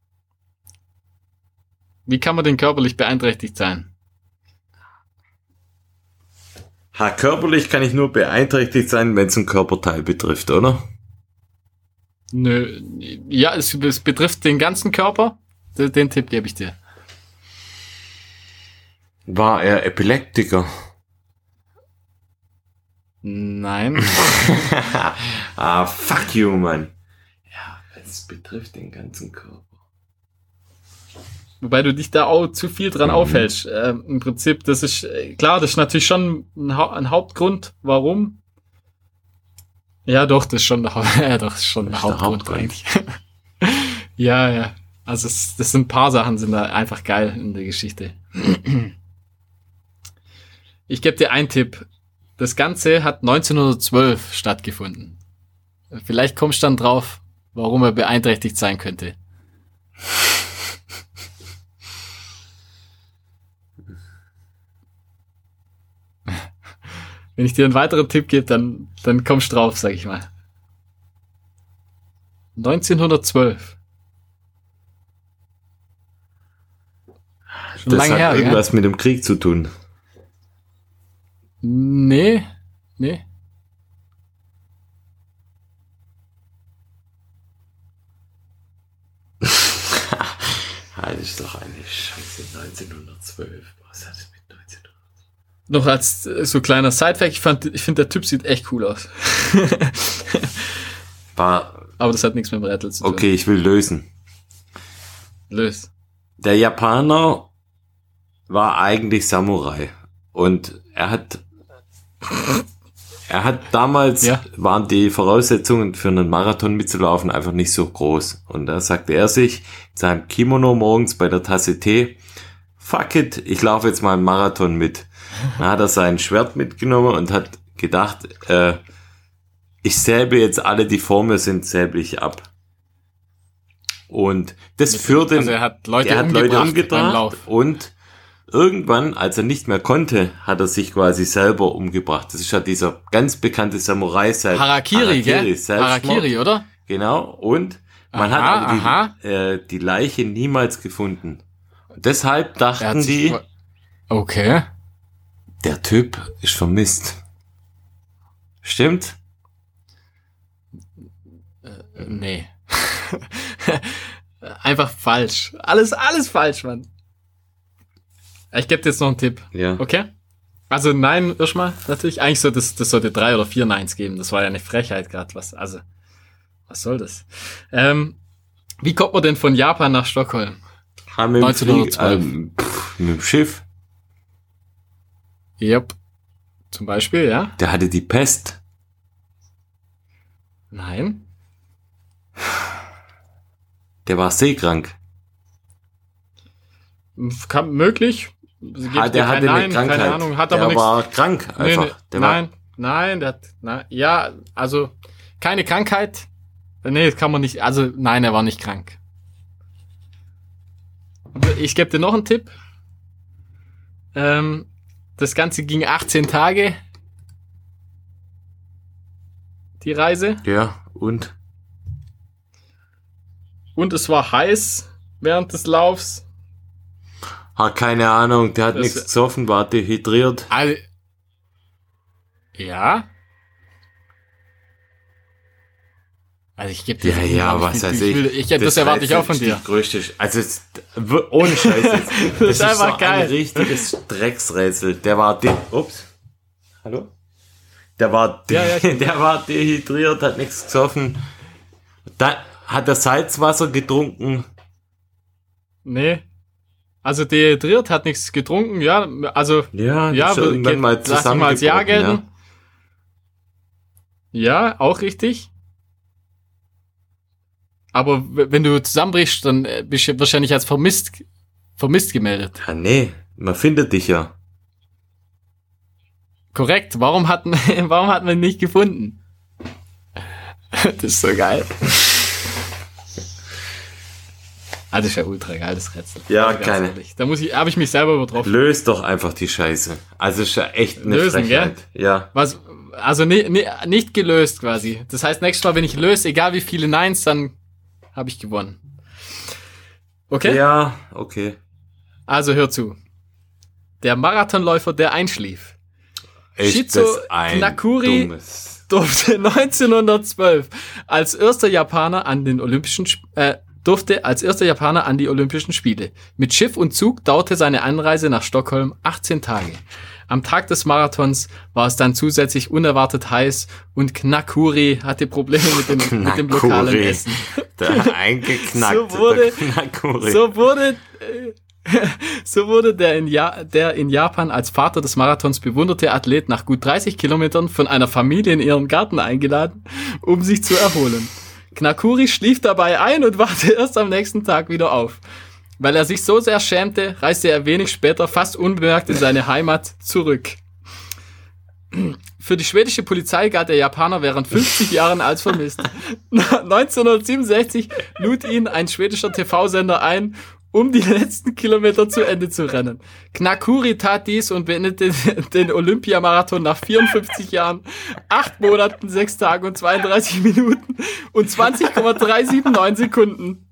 Wie kann man denn körperlich beeinträchtigt sein? Körperlich kann ich nur beeinträchtigt sein, wenn es ein Körperteil betrifft, oder? Nö, ja, es betrifft den ganzen Körper. Den Tipp gebe ich dir. War er Epileptiker? Nein. Fuck you, Mann. Ja, es betrifft den ganzen Körper. Wobei du dich da auch zu viel dran aufhältst. Im Prinzip, das ist, klar, das ist natürlich schon ein Hauptgrund, warum. Ja, doch, das ist schon der Hauptgrund eigentlich. Ja. Also das sind ein paar Sachen, sind da einfach geil in der Geschichte. Ich gebe dir einen Tipp. Das Ganze hat 1912 stattgefunden. Vielleicht kommst du dann drauf, warum er beeinträchtigt sein könnte. Wenn ich dir einen weiteren Tipp gebe, dann kommst du drauf, sag ich mal. 1912. Schon das lange hat her, irgendwas mit dem Krieg zu tun. Nee. Das ist doch eine Scheiße. 1912. Was hat es mit 1912? Noch als so kleiner Sidefact, ich finde, der Typ sieht echt cool aus. Aber das hat nichts mit dem Rätsel zu tun. Okay, ich will lösen. Lös. Der Japaner war eigentlich Samurai. Und er hat damals, waren die Voraussetzungen für einen Marathon mitzulaufen einfach nicht so groß. Und da sagte er sich in seinem Kimono morgens bei der Tasse Tee, fuck it, ich laufe jetzt mal einen Marathon mit. Dann hat er sein Schwert mitgenommen und hat gedacht, ich säbe jetzt alle, die vor mir sind, säbe ich ab. Und das führte... Also er hat Leute umgebracht und irgendwann, als er nicht mehr konnte, hat er sich quasi selber umgebracht. Das ist ja dieser ganz bekannte Samurai Harakiri, gell? Harakiri, oder? Genau. Und man hat aber die Leiche niemals gefunden. Und deshalb dachten die, okay, der Typ ist vermisst. Stimmt? Nee. Einfach falsch. Alles falsch, Mann. Ich gebe dir jetzt noch einen Tipp. Ja. Okay? Also nein, erstmal natürlich. Eigentlich das sollte 3 oder 4 Neins geben. Das war ja eine Frechheit gerade. Was soll das? Wie kommt man denn von Japan nach Stockholm? 1912. Mit dem Schiff. Yep. Zum Beispiel, ja? Der hatte die Pest. Nein. Der war seekrank. Möglich. Der hatte eine Krankheit. Keine Ahnung, hat aber nichts. Der war krank einfach. Nein, ja, also keine Krankheit. Nee, das kann man nicht, also nein, er war nicht krank. Ich gebe dir noch einen Tipp. Das Ganze ging 18 Tage. Die Reise. Ja, und? Und es war heiß während des Laufs. Keine Ahnung, der hat nichts gesoffen, war dehydriert. Ja. Also ich gebe dir... Ja, was weiß ich. Das erwarte ich auch von dir. Die größte, also ohne Scheiß jetzt. Das ist einfach geil. Ein richtiges Drecksrätsel. Der war ups. Hallo? Der war dehydriert, hat nichts gesoffen. Dann hat er Salzwasser getrunken. Nee. Also dehydriert, hat nichts getrunken, ja. Also ja, irgendwann mal zusammen als Ja gelten. Ja, auch richtig. Aber wenn du zusammenbrichst, dann bist du wahrscheinlich als vermisst gemeldet. Ja, nee, man findet dich ja. Korrekt. Warum hat man ihn nicht gefunden? Das ist so geil. Das ist ja ultra geil, das Rätsel. Ja, keine. Da habe ich mich selber übertroffen. Löst doch einfach die Scheiße. Also ist ja echt eine Frechheit. Gell? Ja. Also nicht gelöst quasi. Das heißt, nächstes Mal, wenn ich löse, egal wie viele Neins, dann habe ich gewonnen. Okay? Ja, okay. Also hör zu. Der Marathonläufer, der einschlief. Shizo Nakuri durfte 1912 als erster Japaner an die Olympischen Spiele. Mit Schiff und Zug dauerte seine Anreise nach Stockholm 18 Tage. Am Tag des Marathons war es dann zusätzlich unerwartet heiß und Nakuri hatte Probleme mit dem lokalen Essen. Der eingeknackt. So wurde der in Japan als Vater des Marathons bewunderte Athlet nach gut 30 Kilometern von einer Familie in ihren Garten eingeladen, um sich zu erholen. Nakuri schlief dabei ein und wachte erst am nächsten Tag wieder auf. Weil er sich so sehr schämte, reiste er wenig später fast unbemerkt in seine Heimat zurück. Für die schwedische Polizei galt der Japaner während 50 Jahren als vermisst. 1967 lud ihn ein schwedischer TV-Sender ein, um die letzten Kilometer zu Ende zu rennen. Nakuri tat dies und beendete den Olympiamarathon nach 54 Jahren, 8 Monaten, 6 Tagen und 32 Minuten und 20,379 Sekunden.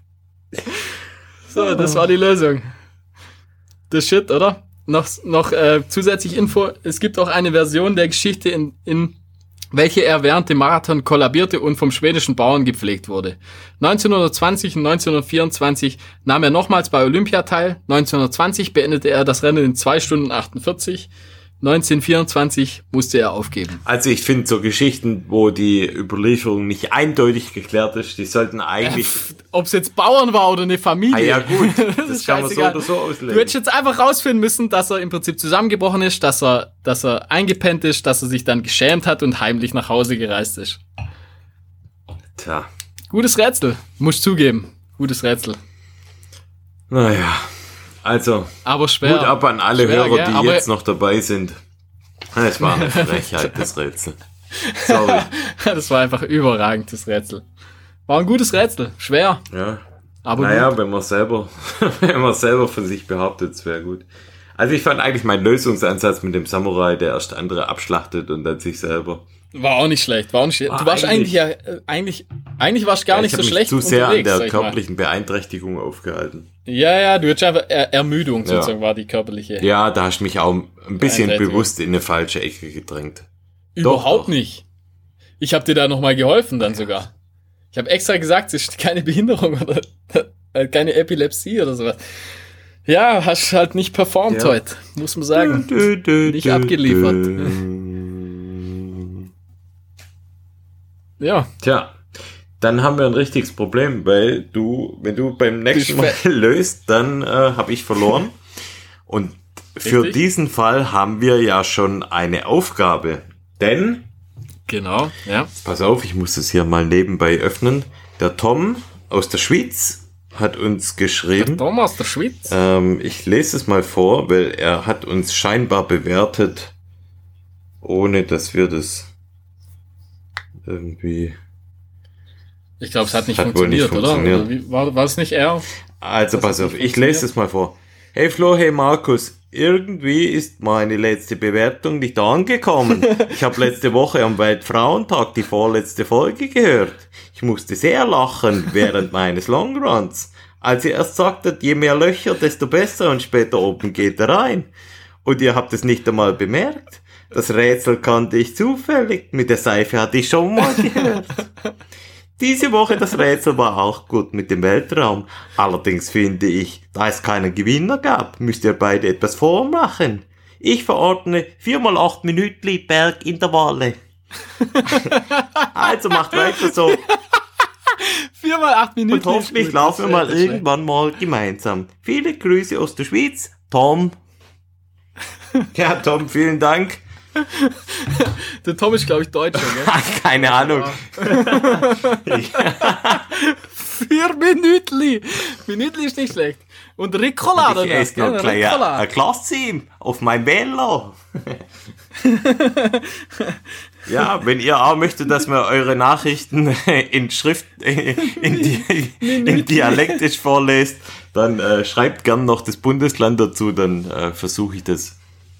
So, das war die Lösung. Das Shit, oder? Noch zusätzlich Info. Es gibt auch eine Version der Geschichte, in welche er während dem Marathon kollabierte und vom schwedischen Bauern gepflegt wurde. 1920 und 1924 nahm er nochmals bei Olympia teil. 1920 beendete er das Rennen in 2 Stunden 48. 1924 musste er aufgeben. Also ich finde so Geschichten, wo die Überlieferung nicht eindeutig geklärt ist, die sollten eigentlich... Ob es jetzt Bauern war oder eine Familie. Ja gut, das kann man so oder so auslegen. Du hättest jetzt einfach rausfinden müssen, dass er im Prinzip zusammengebrochen ist, dass er eingepennt ist, dass er sich dann geschämt hat und heimlich nach Hause gereist ist. Tja. Gutes Rätsel, muss zugeben. Gutes Rätsel. Naja... Also, aber schwer. Hut ab an alle Hörer, die jetzt noch dabei sind. Es war eine Frechheit, das Rätsel. Sorry. Das war einfach überragend, das Rätsel. War ein gutes Rätsel. Schwer. Ja. Aber naja, wenn man selber von sich behauptet, es wäre gut. Also ich fand eigentlich meinen Lösungsansatz mit dem Samurai, der erst andere abschlachtet und dann sich selber. War auch nicht schlecht. Du warst eigentlich warst gar nicht so schlecht unterwegs. Zu sehr an der körperlichen Beeinträchtigung aufgehalten. Ja, du hättest einfach Ermüdung sozusagen war die körperliche. Ja, da hast du mich auch ein bisschen bewusst in eine falsche Ecke gedrängt. Überhaupt doch. Nicht. Ich habe dir da nochmal geholfen dann sogar. Ich habe extra gesagt, es ist keine Behinderung oder keine Epilepsie oder sowas. Ja, hast halt nicht performt heute, muss man sagen. Nicht abgeliefert. Ja. Tja, dann haben wir ein richtiges Problem, weil wenn du beim nächsten Mal löst, dann habe ich verloren. Und für diesen Fall haben wir ja schon eine Aufgabe. Denn, genau, ja. Pass auf, ich muss das hier mal nebenbei öffnen. Der Tom aus der Schweiz hat uns geschrieben. Der Tom aus der Schweiz? Ich lese es mal vor, weil er hat uns scheinbar bewertet, ohne dass wir das irgendwie... Ich glaube, es hat nicht funktioniert, oder? War es nicht er? Also pass auf, ich lese es mal vor. Hey Flo, hey Markus, irgendwie ist meine letzte Bewertung nicht angekommen. Ich habe letzte Woche am Weltfrauentag die vorletzte Folge gehört. Ich musste sehr lachen während meines Longruns. Als ihr erst sagtet, je mehr Löcher, desto besser und später oben geht er rein. Und ihr habt es nicht einmal bemerkt. Das Rätsel kannte ich zufällig. Mit der Seife hatte ich schon mal gehört. Diese Woche das Rätsel war auch gut mit dem Weltraum. Allerdings finde ich, da es keinen Gewinner gab, müsst ihr beide etwas vormachen. Ich verordne 4x8 Minuten Bergintervalle. Also macht weiter so. 4x8 Minuten. Und hoffentlich laufen wir mal irgendwann mal gemeinsam. Viele Grüße aus der Schweiz. Tom. Ja, Tom, vielen Dank. Der Tom ist, glaube ich, Deutscher, gell? Keine Ahnung. 4 Minuten. Minuten ist nicht schlecht. Und Ricola, ich esse noch gleich ein Glas auf mein Velo. Ja, wenn ihr auch möchtet, dass wir eure Nachrichten in Schrift, in dialektisch vorlest, dann schreibt gern noch das Bundesland dazu, dann versuche ich das.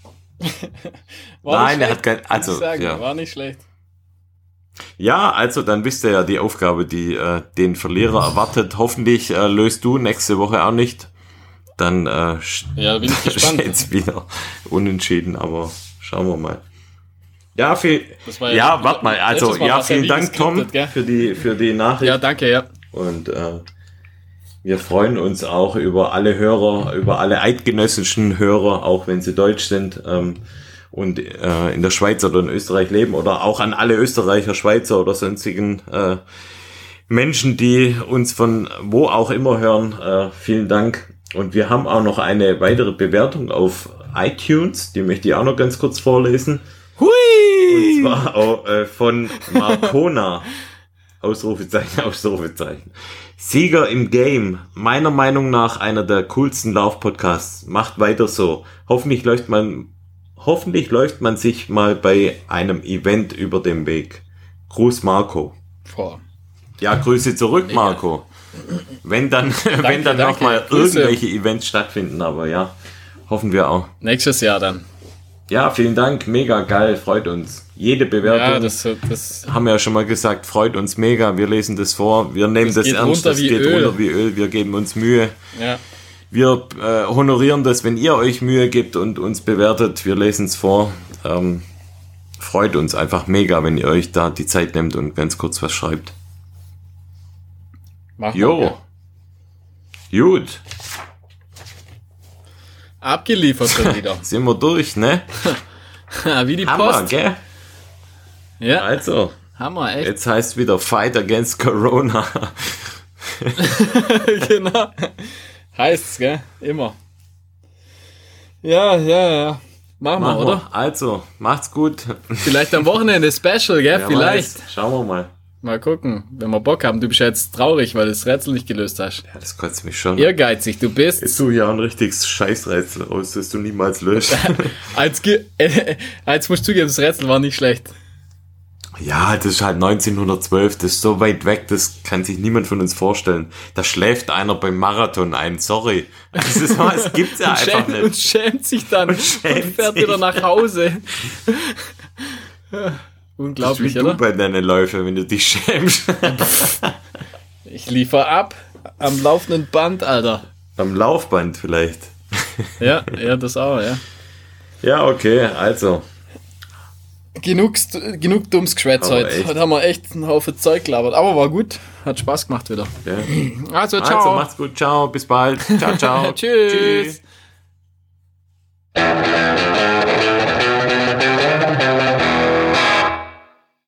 Nein, er hat kein, also, ja. War nicht schlecht. Ja, also dann wisst ihr ja die Aufgabe, die den Verlierer erwartet. Hoffentlich löst du nächste Woche auch nicht. Dann ja, bin ich gespannt. Steht's wieder unentschieden, aber schauen wir mal. Ja, warte mal. Also ja, vielen Dank, Tom, für die Nachricht. Ja, danke, ja. Und wir freuen uns auch über alle Hörer, über alle eidgenössischen Hörer, auch wenn sie deutsch sind und in der Schweiz oder in Österreich leben, oder auch an alle Österreicher, Schweizer oder sonstigen Menschen, die uns von wo auch immer hören. Vielen Dank. Und wir haben auch noch eine weitere Bewertung auf iTunes, die möchte ich auch noch ganz kurz vorlesen. Hui! Und zwar auch, von Marcona. Ausrufezeichen, Ausrufezeichen. Sieger im Game. Meiner Meinung nach einer der coolsten Laufpodcasts. Macht weiter so. Hoffentlich läuft man sich mal bei einem Event über den Weg. Gruß Marco. Boah. Ja, Grüße zurück, Marco. Wenn dann nochmal irgendwelche Events stattfinden, aber ja, hoffen wir auch. Nächstes Jahr dann. Ja, vielen Dank, mega geil, freut uns. Jede Bewertung, ja, das haben wir ja schon mal gesagt, freut uns mega, wir lesen das vor, wir nehmen das ernst, das geht runter wie Öl, wir geben uns Mühe. Ja. Wir honorieren das, wenn ihr euch Mühe gebt und uns bewertet, wir lesen es vor. Freut uns einfach mega, wenn ihr euch da die Zeit nehmt und ganz kurz was schreibt. Jo. Gut. Abgeliefert schon wieder. Sind wir durch, ne? Wie die Hammer, Post. Gell? Ja. Also. Hammer, echt. Jetzt heißt wieder Fight Against Corona. Genau. Heißt's, gell? Immer. Ja. Machen wir, oder? Also, macht's gut. Vielleicht am Wochenende Special, gell? Ja, vielleicht. Schauen wir mal. Mal gucken, wenn wir Bock haben. Du bist ja jetzt traurig, weil du das Rätsel nicht gelöst hast. Ja, das kotzt mich schon. Ehrgeizig, du bist. Jetzt suche ich ja ein richtiges Scheißrätsel aus, das du niemals löst. Als musst du zugeben, das Rätsel war nicht schlecht. Ja, das ist halt 1912, das ist so weit weg, das kann sich niemand von uns vorstellen. Da schläft einer beim Marathon ein, sorry. Das gibt's ja einfach nicht. Und schämt sich dann und fährt wieder nach Hause. Unglaublich, das ist wie oder? du bei deinen Läufen, wenn du dich schämst. Ich liefer ab am laufenden Band, Alter. Am Laufband vielleicht. Ja, das auch, ja. Ja, okay, also. Genug dummes Geschwätz heute. Echt. Heute haben wir echt einen Haufen Zeug gelabert. Aber war gut. Hat Spaß gemacht wieder. Ja. Also, ciao. Also, macht's gut. Ciao. Bis bald. Ciao, ciao. Tschüss. Tschüss.